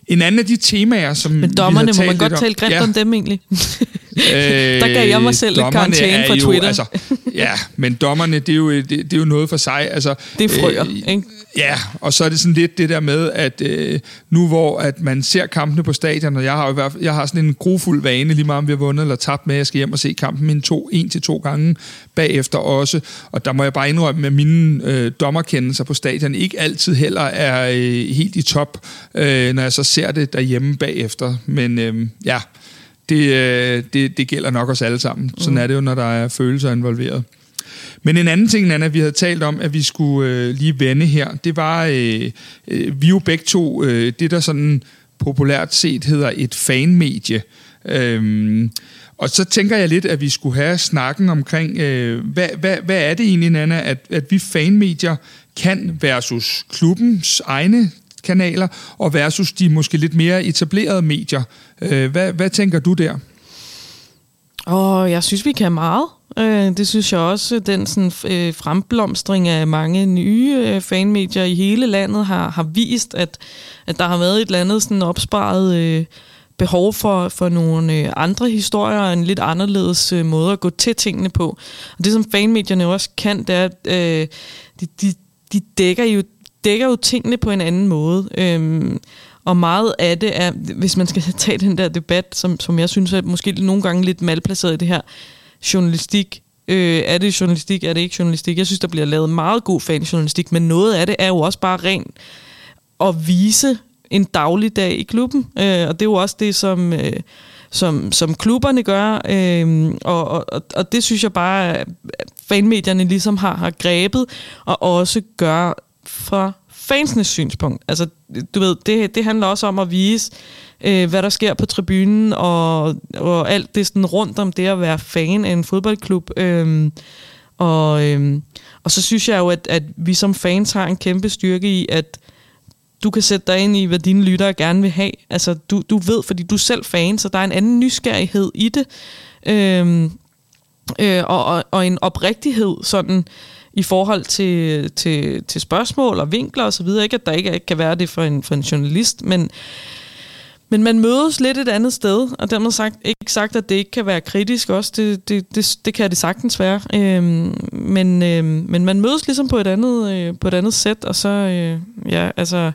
En anden af de temaer, som Men dommerne, må man godt tale grimt ja. om dem egentlig? Der gav jeg mig selv lidt karantæne på Twitter. Altså, ja, men dommerne, det er, jo, det, det er jo noget for sig. Altså, det er frøer, øh, ikke? Ja, og så er det sådan lidt det der med, at øh, nu hvor at man ser kampene på stadion, og jeg har, i hvert fald, jeg har sådan en grufuld vane, lige meget om vi har vundet eller tabt med, jeg skal hjem og se kampen en, to, en til to gange bagefter også, og der må jeg bare indrømme, at mine øh, dommerkendelser på stadion ikke altid heller er øh, helt i top, øh, når jeg så ser det derhjemme bagefter, men øh, ja, det, øh, det, det gælder nok os alle sammen. Sådan mm. er det jo, når der er følelser involveret. Men en anden ting, Nanna, vi havde talt om, at vi skulle øh, lige vende her, det var, øh, øh, vi er jo begge to, øh, det der sådan populært set hedder et fanmedie. Øhm, og så tænker jeg lidt, at vi skulle have snakken omkring, øh, hvad, hvad, hvad er det egentlig, Nanna, at, at vi fanmedier kan versus klubbens egne kanaler, og versus de måske lidt mere etablerede medier. Øh, hvad, hvad tænker du der? Åh, jeg synes, vi kan meget. Det synes jeg også, den sådan, øh, fremblomstring af mange nye øh, fanmedier i hele landet har, har vist, at, at der har været et eller andet sådan opsparet øh, behov for, for nogle øh, andre historier og en lidt anderledes øh, måde at gå til tingene på. Og det, som fanmedierne også kan, det er, at øh, de, de, de dækker, jo, dækker jo tingene på en anden måde. Øhm, og meget af det er, hvis man skal tage den der debat, som, som jeg synes er måske nogle gange lidt malplaceret i det her, journalistik. Øh, er det journalistik? Er det ikke journalistik? Jeg synes, der bliver lavet meget god fanjournalistik, men noget af det er jo også bare rent at vise en dagligdag i klubben. Øh, og det er jo også det, som, øh, som, som klubberne gør. Øh, og, og, og det synes jeg bare, at fanmedierne ligesom har, har grebet, og også gør fra fansenes synspunkt. Altså, du ved, det, det handler også om at vise, øh, hvad der sker på tribunen, og, og alt det sådan rundt om det at være fan af en fodboldklub. Øhm, og, øhm, og så synes jeg jo, at, at vi som fans har en kæmpe styrke i, at du kan sætte dig ind i, hvad dine lyttere gerne vil have. Altså, du, du ved, fordi du er selv fan, så der er en anden nysgerrighed i det. Øhm, øh, og, og, og en oprigtighed, sådan i forhold til, til, til spørgsmål og vinkler og så videre. Ikke at der ikke kan være det for en, for en journalist, men, men man mødes lidt et andet sted, og dermed sagt, ikke sagt, at det ikke kan være kritisk også. Det, det, det, det kan det sagtens være. Øhm, men, øhm, men man mødes ligesom på et andet, øh, på et andet sæt, og så, øh, ja, altså,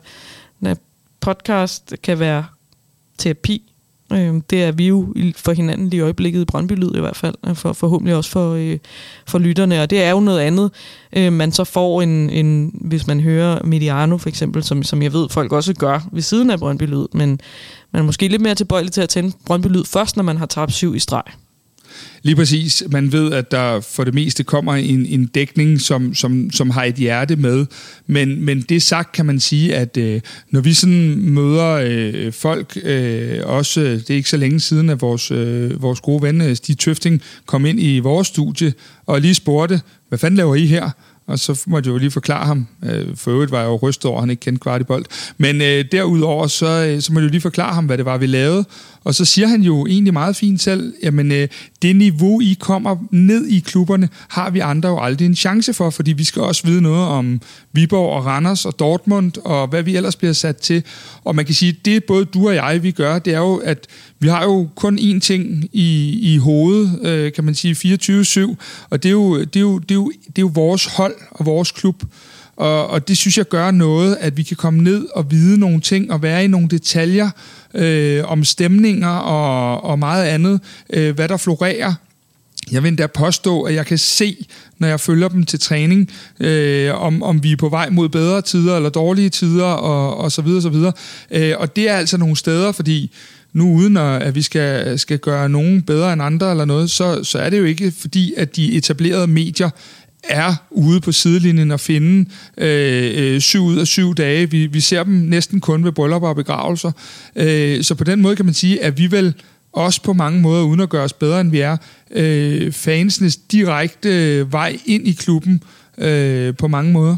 podcast kan være terapi. Det er vi jo for hinanden lige i øjeblikket i Brøndby Lyd i hvert fald, for, forhåbentlig også for, øh, for lytterne, og det er jo noget andet. Øh, man så får en, en, hvis man hører Mediano for eksempel, som, som jeg ved folk også gør ved siden af Brøndby Lyd, men man er måske lidt mere tilbøjelig til at tænde Brøndby Lyd først, når man har tabt syv i streg. Lige præcis. Man ved, at der for det meste kommer en, en dækning, som, som, som har et hjerte med. Men, men det sagt kan man sige, at øh, når vi sådan møder øh, folk, øh, også, det er ikke så længe siden, at vores, øh, vores gode ven Stig Tøfting kom ind i vores studie og lige spurgte, hvad fanden laver I her? Og så måtte jeg jo lige forklare ham. For øvrigt var jeg jo rystet over, at han ikke kendte Kvartibold. Men øh, derudover, så, så måtte jeg jo lige forklare ham, hvad det var, vi lavede. Og så siger han jo egentlig meget fint selv, jamen øh, det niveau, I kommer ned i klubberne, har vi andre jo aldrig en chance for, fordi vi skal også vide noget om Viborg og Randers og Dortmund, og hvad vi ellers bliver sat til. Og man kan sige, det både du og jeg, vi gør, det er jo, at vi har jo kun én ting i, i hovedet, øh, kan man sige, fireogtyve syv, og det er, jo, det, er jo, det, er jo, det er jo vores hold og vores klub. Og, og det synes jeg gør noget, at vi kan komme ned og vide nogle ting, og være i nogle detaljer øh, om stemninger og, og meget andet, øh, hvad der florerer. Jeg vil endda påstå, at jeg kan se, når jeg følger dem til træning, øh, om, om vi er på vej mod bedre tider eller dårlige tider, og, og så videre, så videre. Øh, og det er altså nogle steder, fordi nu uden at vi skal, skal gøre nogen bedre end andre eller noget, så, så er det jo ikke fordi, at de etablerede medier er ude på sidelinjen og finde øh, syv ud af syv dage. Vi, vi ser dem næsten kun ved bryllupper og begravelser. Øh, så på den måde kan man sige, at vi vel også på mange måder, uden at gøre os bedre end vi er, øh, fansenes direkte vej ind i klubben øh, på mange måder.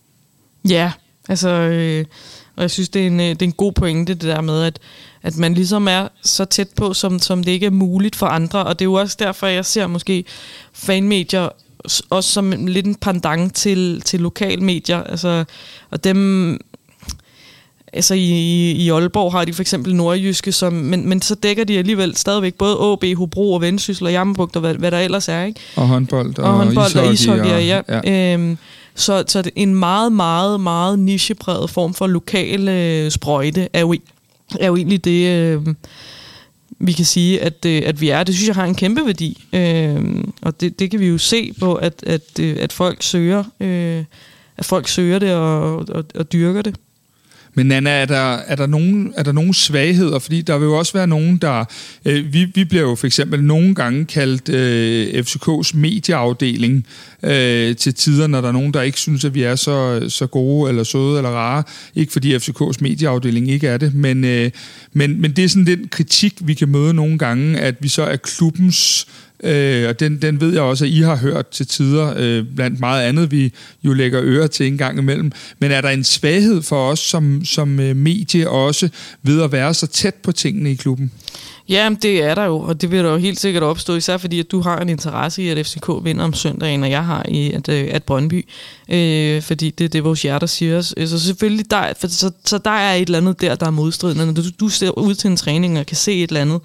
Ja, altså, øh, og jeg synes, det er, en, det er en god pointe, det der med, at, at man ligesom er så tæt på, som, som det ikke er muligt for andre, og det er jo også derfor, jeg ser måske fanmedier også som lidt en pendant til, til lokalmedier, altså, og dem, Altså i, i Aalborg har de for eksempel Nordjyske, som, men, men så dækker de alligevel stadigvæk både A B, Hobro og Vendsyssel og Jammerbugt og hvad, hvad der ellers er, ikke? Og håndbold og, og, håndbold ishockey, og ishockey. Og, ja. ja. Øhm, så, så det en meget, meget, meget nichepræget form for lokal øh, sprøjte er jo, er jo egentlig det, øh, vi kan sige, at, øh, at vi er. Det synes jeg har en kæmpe værdi. Øh, og det, det kan vi jo se på, at, at, at folk søger, øh, at folk søger det og, og, og dyrker det. Men Nanna, er der, er, der nogen, er der nogen svagheder? Fordi der vil jo også være nogen, der... Øh, vi, vi bliver jo for eksempel nogle gange kaldt øh, F C K's medieafdeling øh, til tider, når der er nogen, der ikke synes, at vi er så, så gode eller søde eller rare. Ikke fordi F C K's medieafdeling ikke er det, men, øh, men, men det er sådan den kritik, vi kan møde nogle gange, at vi så er klubbens... Øh, og den, den ved jeg også, at I har hørt til tider, øh, blandt meget andet, vi jo lægger ører til en gang imellem. Men er der en svaghed for os som, som øh, medie også ved at være så tæt på tingene i klubben? Ja, det er der jo, og det vil der jo helt sikkert opstå, især fordi, at du har en interesse i, at F C K vinder om søndagen, og jeg har i, at, at Brøndby, øh, fordi det er det, vores hjerter siger os. Så selvfølgelig, der, for, så, så der er et eller andet der, der er modstridende. Når du, du ser ud til en træning og kan se et eller andet,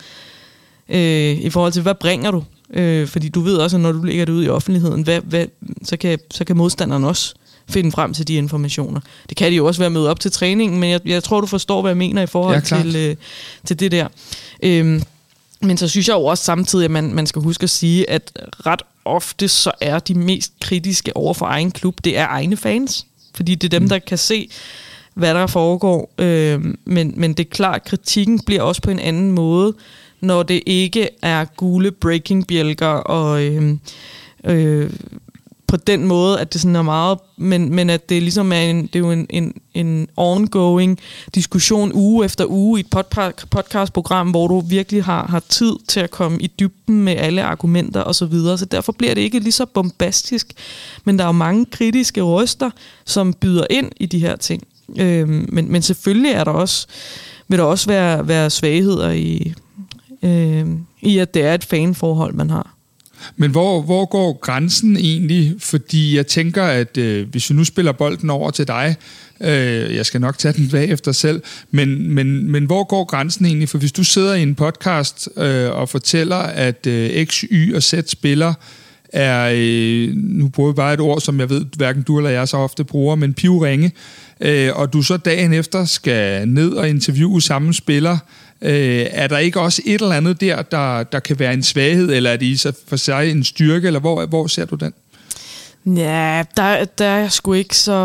øh, i forhold til, hvad bringer du? Øh, fordi du ved også, at når du lægger det ud i offentligheden, hvad, hvad, så, kan, så kan modstanderen også finde frem til de informationer. Det kan de jo også være med op til træningen, men jeg, jeg tror, du forstår, hvad jeg mener i forhold ja, til, øh, til det der. Øh, men så synes jeg jo også samtidig, at man, man skal huske at sige, at ret ofte så er de mest kritiske over for egen klub, det er egne fans. Fordi det er dem, mm. der kan se, hvad der foregår. Øh, men, men det er klart, at kritikken bliver også på en anden måde, når det ikke er gule breaking-bjælker, og øh, øh, på den måde, at det sådan er meget, men, men at det ligesom er en, det er jo en, en, en ongoing diskussion uge efter uge i et podcastprogram, hvor du virkelig har, har tid til at komme i dybden med alle argumenter og så videre, så derfor bliver det ikke lige så bombastisk, men der er jo mange kritiske røster, som byder ind i de her ting. Øh, men, men selvfølgelig er der også, vil der også være, være svagheder i Øh, i at det er et fanforhold, man har. Men hvor, hvor går grænsen egentlig? Fordi jeg tænker, at øh, hvis vi nu spiller bolden over til dig, øh, jeg skal nok tage den bagefter selv, men, men, men hvor går grænsen egentlig? For hvis du sidder i en podcast øh, og fortæller, at øh, X, Y og Z spiller, er, øh, nu bruger vi bare et ord, som jeg ved, hverken du eller jeg så ofte bruger, men pivringe, øh, og du så dagen efter skal ned og interviewe samme spiller, øh, er der ikke også et eller andet der, der, der kan være en svaghed, eller er det i sig for sig en styrke, eller hvor, hvor ser du den? Ja, der, der er jeg sgu ikke så...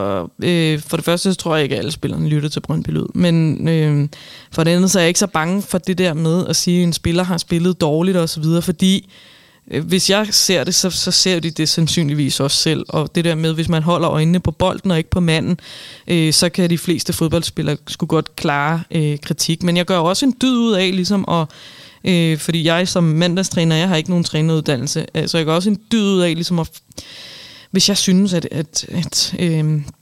Øh, for det første, så tror jeg ikke, at alle spillerne lytter til Brøndby Lyd. Men øh, for det andet, så er jeg ikke så bange for det der med at sige, at en spiller har spillet dårligt og så videre, fordi øh, hvis jeg ser det, så, så ser de det sandsynligvis også selv. Og det der med, hvis man holder øjnene på bolden og ikke på manden, øh, så kan de fleste fodboldspillere sgu godt klare øh, kritik. Men jeg gør også en dyd ud af, ligesom at... Øh, fordi jeg som mandagstræner, jeg har ikke nogen træneruddannelse, så jeg gør også en dyd ud af, ligesom at, hvis jeg synes, at, at, at øh,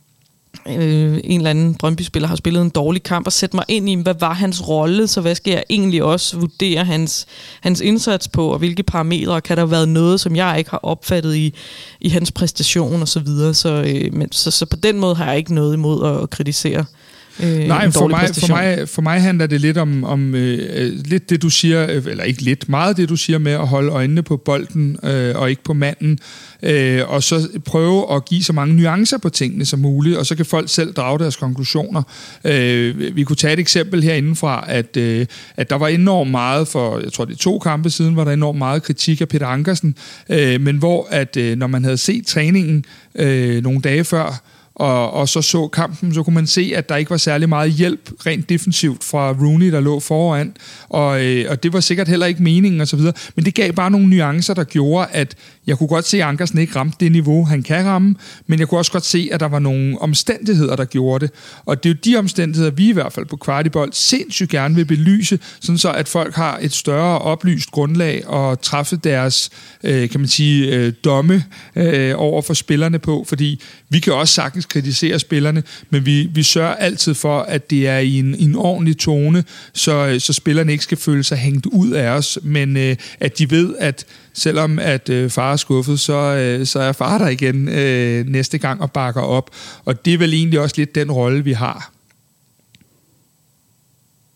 øh, en eller anden Brøndby-spiller har spillet en dårlig kamp, og sætte mig ind i, hvad var hans rolle, så hvad skal jeg egentlig også vurdere hans, hans indsats på, og hvilke parametre, kan der have været noget, som jeg ikke har opfattet i, i hans præstation og så videre, så, øh, men, så, så på den måde har jeg ikke noget imod at, at kritisere. Øh, Nej, for mig, for, mig, for mig handler det lidt om, om øh, lidt det, du siger, eller ikke lidt, meget det, du siger med at holde øjnene på bolden øh, og ikke på manden, øh, og så prøve at give så mange nuancer på tingene som muligt, og så kan folk selv drage deres konklusioner. Øh, vi kunne tage et eksempel herindefra, at, øh, at der var enormt meget for, jeg tror det er to kampe siden, var der enormt meget kritik af Peter Ankersen, øh, men hvor at øh, når man havde set træningen øh, nogle dage før, Og, og så så kampen, så kunne man se, at der ikke var særlig meget hjælp rent defensivt fra Rooney, der lå foran, og, øh, og det var sikkert heller ikke meningen og så videre, men det gav bare nogle nuancer, der gjorde, at jeg kunne godt se, at Ankersen ikke ramte det niveau, han kan ramme, men jeg kunne også godt se, at der var nogle omstændigheder, der gjorde det, og det er jo de omstændigheder, vi i hvert fald på Kvartibold sindssygt gerne vil belyse, sådan så at folk har et større oplyst grundlag og træffe deres, øh, kan man sige, øh, domme øh, over for spillerne på, fordi vi kan også sagtens kritisere spillerne, men vi, vi sørger altid for, at det er i en, en ordentlig tone, så, så spillerne ikke skal føle sig hængt ud af os, men øh, at de ved, at selvom at øh, far er skuffet, så, øh, så er far der igen øh, næste gang og bakker op. Og det er vel egentlig også lidt den rolle, vi har.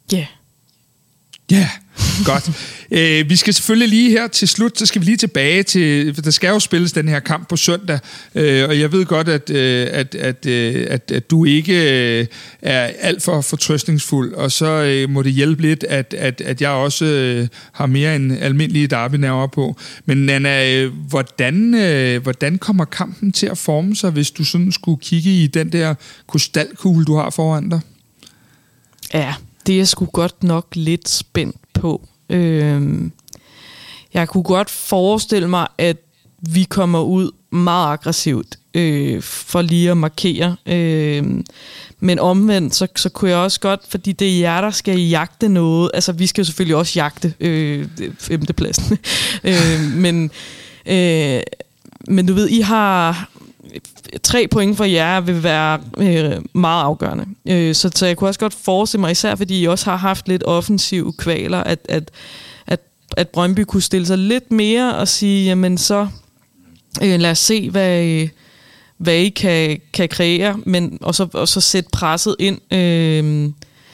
Ja. Yeah. Ja, yeah, godt. Æ, vi skal selvfølgelig lige her til slut, så skal vi lige tilbage til, for der skal jo spilles den her kamp på søndag, øh, og jeg ved godt, at, øh, at, at, øh, at, at du ikke øh, er alt for fortrøstningsfuld, og så øh, må det hjælpe lidt, at, at, at jeg også øh, har mere end almindelige derby-nerver på. Men Nanna, øh, hvordan, øh, hvordan kommer kampen til at forme sig, hvis du sådan skulle kigge i den der krystalkugle, du har foran dig? Ja, det er jeg sgu godt nok lidt spændt på. Øhm, jeg kunne godt forestille mig, at vi kommer ud meget aggressivt øh, for lige at markere. Øh, men omvendt, så, så kunne jeg også godt, fordi det er jer, der skal jagte noget. Altså, vi skal jo selvfølgelig også jagte øh, femtepladsen. øh, men, øh, men du ved, I har... Tre point for jer vil være øh, meget afgørende. Øh, så, så jeg kunne også godt forestille mig, især fordi I også har haft lidt offensive kvaler, at, at, at, at Brøndby kunne stille sig lidt mere og sige, jamen så øh, lad os se, hvad, hvad I kan, kan kreere, men, og, så, og så sætte presset ind, øh,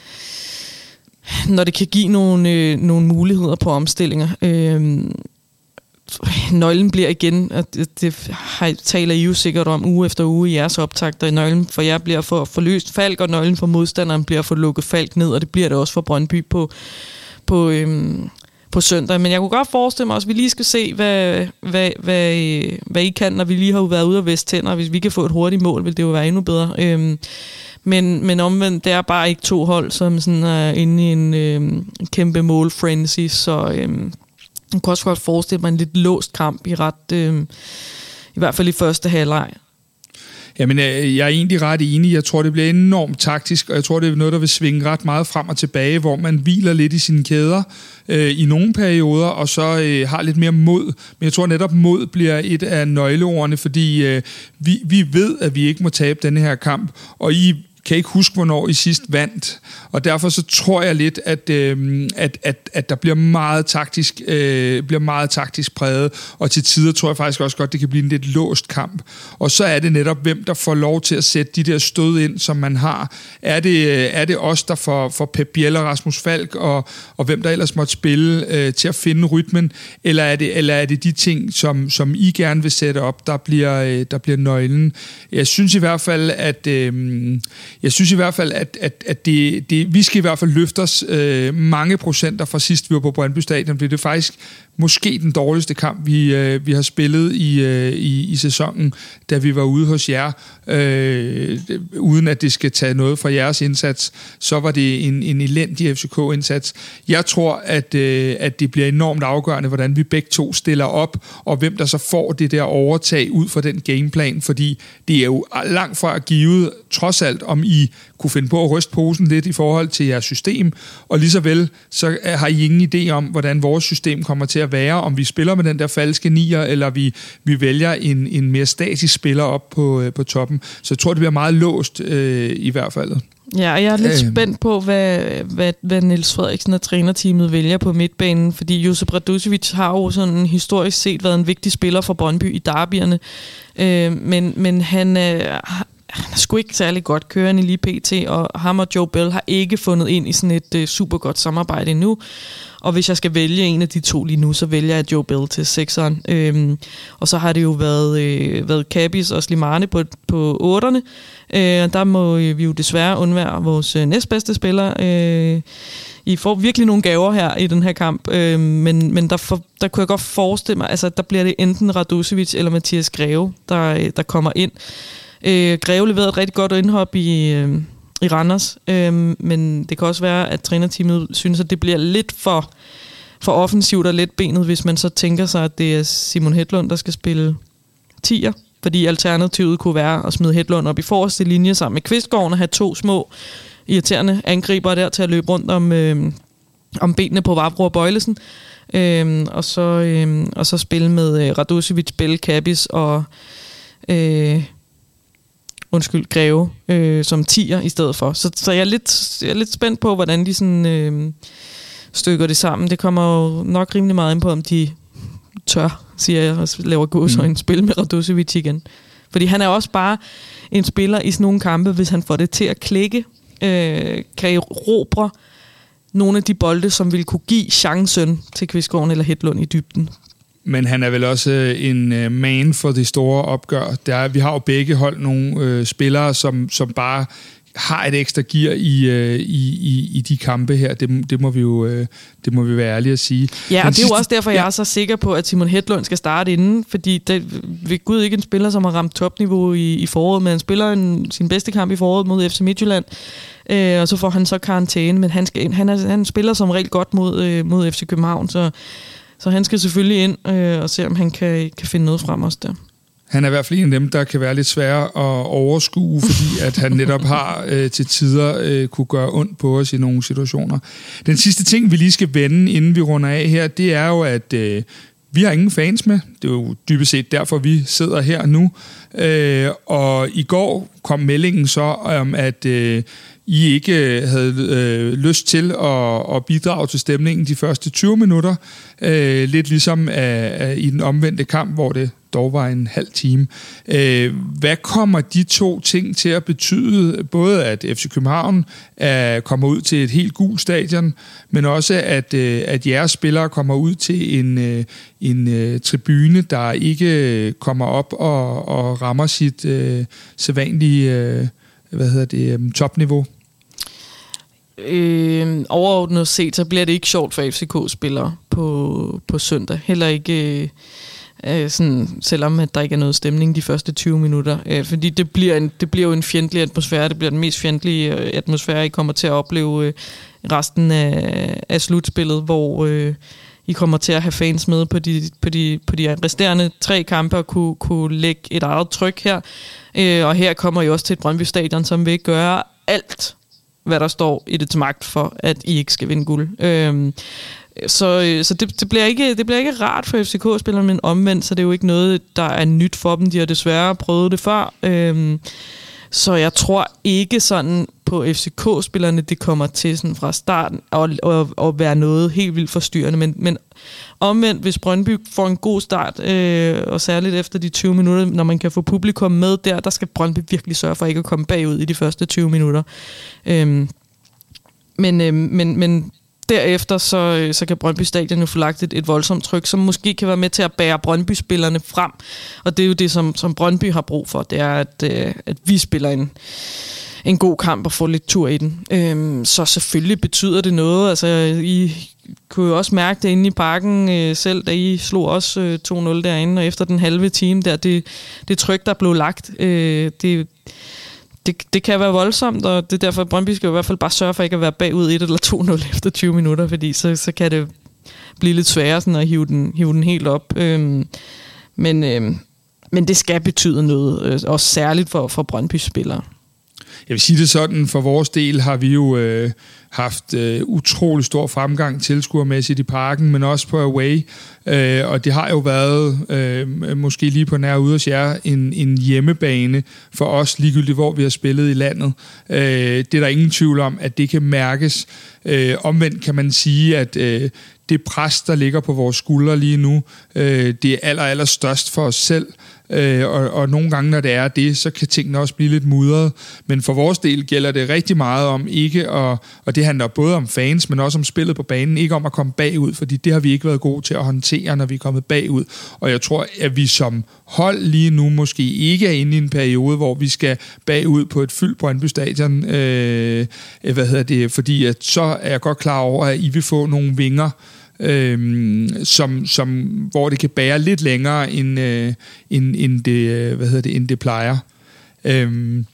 når det kan give nogle, øh, nogle muligheder på omstillinger. Øh, Nøglen bliver igen, og det, det har, taler I jo sikkert om uge efter uge i jeres optagter. Nøglen for jer bliver for forløst Falk, og nøglen for modstanderen bliver for lukket Falk ned, og det bliver det også for Brøndby på, på, øhm, på søndag. Men jeg kunne godt forestille mig også, at vi lige skal se, hvad, hvad, hvad, hvad I kan, når vi lige har været ude og væste tænder. Hvis vi kan få et hurtigt mål, vil det jo være endnu bedre. Øhm, men, men omvendt, det er bare ikke to hold, som sådan er inde i en øhm, kæmpe målfrenzy, så... Øhm, Jeg kunne også godt forestille mig en lidt låst kamp i ret, øh, i hvert fald i første halvleg. Jamen, jeg er egentlig ret enig. Jeg tror, det bliver enormt taktisk, og jeg tror, det er noget, der vil svinge ret meget frem og tilbage, hvor man hviler lidt i sine kæder øh, i nogle perioder, og så øh, har lidt mere mod. Men jeg tror netop, mod bliver et af nøgleordene, fordi øh, vi, vi ved, at vi ikke må tabe denne her kamp, og I kan ikke huske, hvornår I sidst vandt. Og derfor så tror jeg lidt, at, øh, at, at, at der bliver meget taktisk, øh, bliver meget taktisk præget, og til tider tror jeg faktisk også godt, det kan blive en lidt låst kamp. Og så er det netop, hvem der får lov til at sætte de der stød ind, som man har. Er det, er det os, der får, får Pep Biel og Rasmus Falk, og, og hvem der ellers måtte spille øh, til at finde rytmen, eller er det, eller er det de ting, som, som I gerne vil sætte op, der bliver, øh, der bliver nøglen? Jeg synes i hvert fald, at øh, Jeg synes i hvert fald, at, at, at det, det, vi skal i hvert fald løfte os øh, mange procenter fra sidst, vi var på Brøndby Stadion. Det er faktisk måske den dårligste kamp, vi, øh, vi har spillet i, øh, i, i sæsonen, da vi var ude hos jer. Øh, uden at det skal tage noget fra jeres indsats, så var det en, en elendig F C K-indsats. Jeg tror, at, øh, at det bliver enormt afgørende, hvordan vi begge to stiller op, og hvem der så får det der overtag ud fra den gameplan, fordi det er jo langt fra at give, trods alt, om I kunne finde på at ryste posen lidt i forhold til jeres system, og lige så vel, så har I ingen idé om, hvordan vores system kommer til at være, om vi spiller med den der falske nier, eller vi, vi vælger en, en mere statisk spiller op på, på toppen. Så jeg tror, det bliver meget låst øh, i hvert fald. Ja, og jeg er lidt øh. spændt på, hvad, hvad, hvad Niels Frederiksen og trænerteamet vælger på midtbanen, fordi Josip Radosevic har jo sådan historisk set været en vigtig spiller for Brøndby i derbyerne, øh, men, men han øh, han er sgu ikke særlig godt kørende lige pt, og ham og Joe Bell har ikke fundet ind i sådan et øh, super godt samarbejde endnu. Og hvis jeg skal vælge en af de to lige nu, så vælger jeg Joe Bell til sekseren. Øhm, og så har det jo været, øh, været Kabis og Slimane på, på otterne. Øh, der må vi jo desværre undvære vores øh, næstbedste spiller. Øh, I får virkelig nogle gaver her i den her kamp, øh, men, men der, for, der kunne jeg godt forestille mig, altså der bliver det enten Radosevic eller Mathias Greve, der, der kommer ind. Øh, Greve leverede et rigtig godt indhop i... Øh, i Randers, øhm, men det kan også være, at trænerteamet synes, at det bliver lidt for, for offensivt og let benet, hvis man så tænker sig, at det er Simon Hedlund, der skal spille tier, fordi alternativet kunne være at smide Hedlund op i forreste linje sammen med Kvistgaard og have to små irriterende angriber der til at løbe rundt om, øhm, om benene på Vavro og Bøjlesen, øhm, og, så, øhm, og så spille med øh, Radosevic, Bell, Kabis og... Øh, undskyld, Greve, øh, som tier i stedet for. Så, så jeg, er lidt, jeg er lidt spændt på, hvordan de sådan, øh, stykker det sammen. Det kommer jo nok rimelig meget ind på, om de tør, siger jeg, og laver gåsøjne mm. spil med Radosevic igen. Fordi han er også bare en spiller i sådan nogle kampe, hvis han får det til at klikke, øh, kan erobre nogle af de bolde, som ville kunne give chancen til Kvistgaard eller Hedlund i dybden. Men han er vel også en man for de store opgør. Der, vi har jo begge hold nogle øh, spillere, som, som bare har et ekstra gear i, øh, i, i, i de kampe her. Det, det, må vi jo øh, det må vi være ærlige at sige. Ja, og Den det er sidste, jo også derfor, jeg ja. er så sikker på, at Simon Hedlund skal starte inden, fordi det ved Gud ikke en spiller, som har ramt topniveau i, i foråret, men han spiller en, sin bedste kamp i foråret mod F C Midtjylland, øh, og så får han så karantæne, men han, skal, han, er, han spiller som regel godt mod, øh, mod F C København, så, så han skal selvfølgelig ind øh, og se, om han kan, kan finde noget frem også der. Han er i hvert fald en af dem, der kan være lidt svær at overskue, fordi at han netop har øh, til tider øh, kunne gøre ondt på os i nogle situationer. Den sidste ting, vi lige skal vende, inden vi runder af her, det er jo, at øh, vi har ingen fans med. Det er jo dybest set derfor, vi sidder her nu. Øh, og i går kom meldingen så om, at øh, I ikke havde øh, lyst til at, at bidrage til stemningen de første tyve minutter. Øh, lidt ligesom øh, i den omvendte kamp, hvor det dog var en halv time. Øh, hvad kommer de to ting til at betyde? Både at F C København er, kommer ud til et helt gult stadion, men også at, øh, at jeres spillere kommer ud til en, øh, en øh, tribune, der ikke kommer op og, og rammer sit øh, sædvanlige øh, hvad hedder det, øh, topniveau? Øh, overordnet set, så bliver det ikke sjovt for F C K-spillere på, på søndag. Heller ikke øh, øh, sådan, selvom at der ikke er noget stemning de første tyve minutter. Øh, fordi det bliver, en, det bliver jo en fjendtlig atmosfære. Det bliver den mest fjendtlige atmosfære, I kommer til at opleve øh, resten af, af slutspillet, hvor øh, I kommer til at have fans med på de, på de, på de resterende tre kampe og kunne, kunne lægge et eget tryk her. Øh, og her kommer I også til et Brøndby Stadion, som vil gøre alt, hvad der står i det til magt for, at I ikke skal vinde guld. Øhm, så så det, det, bliver ikke, det bliver ikke rart for F C K-spillerne, men omvendt, så det er jo ikke noget, der er nyt for dem. De har desværre prøvet det før. Øhm, så jeg tror ikke sådan på F C K-spillerne, det kommer til sådan fra starten at, at, at være noget helt vildt forstyrrende. Men, men omvendt, hvis Brøndby får en god start, øh, og særligt efter de tyve minutter, når man kan få publikum med der, der skal Brøndby virkelig sørge for ikke at komme bagud i de første tyve minutter. Øhm, men, øh, men, men derefter, så, så kan Brøndby Stadion jo få lagt et, et voldsomt tryk, som måske kan være med til at bære Brøndby-spillerne frem. Og det er jo det, som, som Brøndby har brug for, det er, at, øh, at vi spiller en, en god kamp og får lidt tur i den. Øhm, så selvfølgelig betyder det noget. Altså, I kunne jo også mærke det inde i parken øh, selv, da I slog også øh, to nul derinde, og efter den halve time der, det, det tryk, der blev lagt, øh, det Det, det kan være voldsomt, og det er derfor, at Brøndby skal i hvert fald bare sørge for ikke at være bagud et eller to nul efter tyve minutter, fordi så, så kan det blive lidt sværere sådan at hive den, hive den helt op. Øhm, men, øhm, men det skal betyde noget, øh, også særligt for, for Brøndby-spillere. Jeg vil sige det sådan, for vores del har vi jo øh, haft øh, utrolig stor fremgang tilskuermæssigt i parken, men også på away, øh, og det har jo været, øh, måske lige på nær ude hos jer, en, en hjemmebane for os, ligegyldigt hvor vi har spillet i landet. Øh, det er der ingen tvivl om, at det kan mærkes. Øh, omvendt kan man sige, at øh, det pres, der ligger på vores skuldre lige nu, øh, det er aller, aller størst for os selv. Øh, og, og nogle gange, når det er det, så kan tingene også blive lidt mudret. Men for vores del gælder det rigtig meget om ikke at, og det handler både om fans, men også om spillet på banen, ikke om at komme bagud, fordi det har vi ikke været gode til at håndtere, når vi er kommet bagud. Og jeg tror, at vi som hold lige nu måske ikke er inde i en periode, hvor vi skal bagud på et fyldt Brøndby Stadion. Øh, hvad hedder det? Fordi at så er jeg godt klar over, at I vil få nogle vinger, Øhm, som, som, hvor det kan bære lidt længere end, øh, end, end, det, hvad hedder det, end det plejer. Øhm,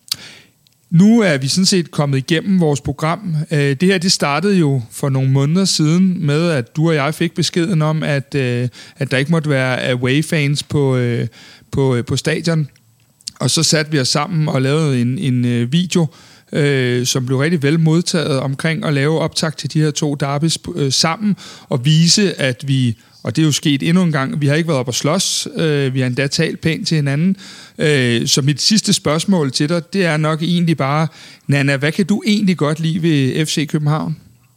nu er vi sådan set kommet igennem vores program. Øh, det her det startede jo for nogle måneder siden med, at du og jeg fik beskeden om, at, øh, at der ikke måtte være away-fans på, øh, på, øh, på stadion. Og så satte vi os sammen og lavede en, en øh, video, Øh, som blev rigtig vel modtaget omkring at lave optakt til de her to derbys øh, sammen, og vise, at vi, og det er jo sket endnu en gang, vi har ikke været op at slås, øh, vi har endda talt pænt til hinanden. Øh, så mit sidste spørgsmål til dig, det er nok egentlig bare, Nanna, hvad kan du egentlig godt lide ved F C København?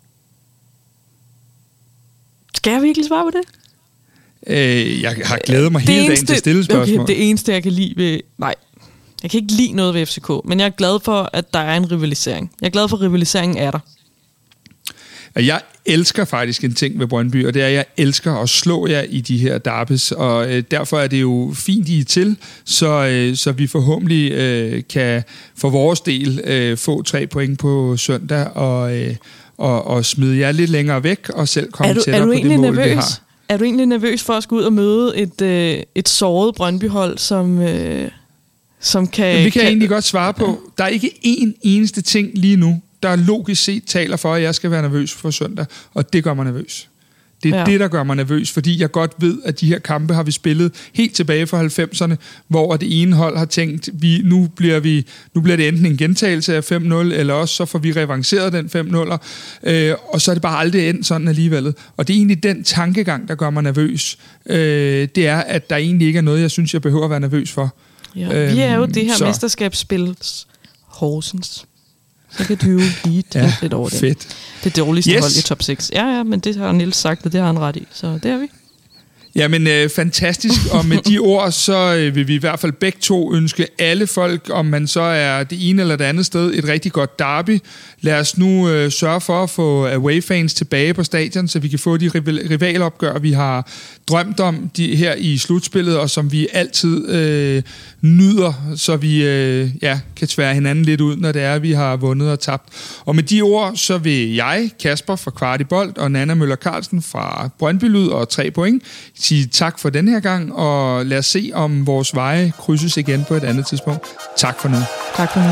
Skal jeg virkelig svare på det? Øh, jeg har glædet mig det hele eneste, dagen til at stille spørgsmål. Okay, det eneste, jeg kan lide ved... Nej. Jeg kan ikke lide noget ved F C K, men jeg er glad for, at der er en rivalisering. Jeg er glad for, at rivaliseringen er der. Og jeg elsker faktisk en ting ved Brøndby, og det er, at jeg elsker at slå jer i de her derbys, og øh, derfor er det jo fint, I er til, så, øh, så vi forhåbentlig øh, kan for vores del øh, få tre point på søndag, og, øh, og, og smide jer lidt længere væk, og selv komme du, tættere på det mål, nervøs? vi har. Er du egentlig nervøs for at skulle ud og møde et, øh, et såret Brøndby-hold, som, øh, som kan... Jamen, vi kan kan... egentlig godt svare på, der er ikke én eneste ting lige nu, der logisk set taler for, at jeg skal være nervøs for søndag, og det gør mig nervøs. Det er ja. det, der gør mig nervøs, fordi jeg godt ved, at de her kampe har vi spillet helt tilbage fra halvfemserne, hvor det ene hold har tænkt, vi, nu, bliver vi, nu bliver det enten en gentagelse af fem nul, eller også så får vi revanceret den fem nul, øh, og så er det bare aldrig endt sådan alligevel. Og det er egentlig den tankegang, der gør mig nervøs. Øh, det er, at der egentlig ikke er noget, jeg synes, jeg behøver at være nervøs for. Ja, vi er jo det her så. mesterskabsspils Horsens. Så kan du jo lige ja, lidt over det. Fedt. Det dårligste yes. hold i top seks. Ja, ja, men det har Niels sagt, og det har han ret i. Så det er vi. Jamen, øh, fantastisk. Og med de ord, så øh, vil vi i hvert fald begge to ønske alle folk, om man så er det ene eller det andet sted, et rigtig godt derby. Lad os nu øh, sørge for at få away-fans tilbage på stadion, så vi kan få de rivalopgør, vi har drømt om de her i slutspillet, og som vi altid øh, nyder, så vi øh, ja, kan tvære hinanden lidt ud, når det er, vi har vundet og tabt. Og med de ord, så vil jeg, Kasper fra Kvartibold, og Nanna Møller Carlsen fra Brøndby Lyd og tre point, sige tak for den her gang, og lad os se, om vores veje krydses igen på et andet tidspunkt. Tak for nu. Tak for nu.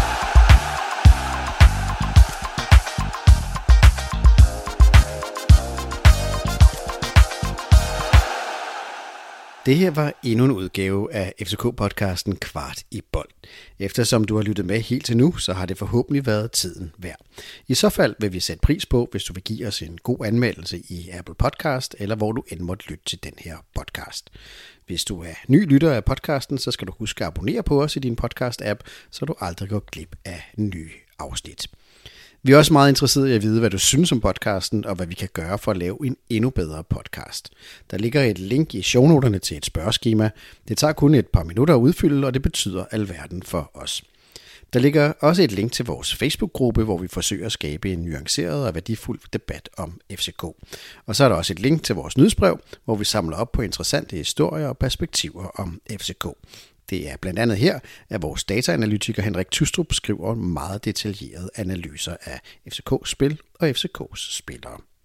Det her var endnu en udgave af F C K-podcasten Kvart i bold. Eftersom du har lyttet med helt til nu, så har det forhåbentlig været tiden værd. I så fald vil vi sætte pris på, hvis du vil give os en god anmeldelse i Apple Podcast, eller hvor du end måtte lytte til den her podcast. Hvis du er ny lytter af podcasten, så skal du huske at abonnere på os i din podcast-app, så du aldrig går glip af nye afsnit. Vi er også meget interesserede i at vide, hvad du synes om podcasten, og hvad vi kan gøre for at lave en endnu bedre podcast. Der ligger et link i shownoterne til et spørgeskema. Det tager kun et par minutter at udfylde, og det betyder alverden for os. Der ligger også et link til vores Facebook-gruppe, hvor vi forsøger at skabe en nuanceret og værdifuld debat om F C K. Og så er der også et link til vores nyhedsbrev, hvor vi samler op på interessante historier og perspektiver om F C K. Det er blandt andet her, at vores dataanalytiker Henrik Tystrup skriver meget detaljerede analyser af F C K's spil og F C K's spillere.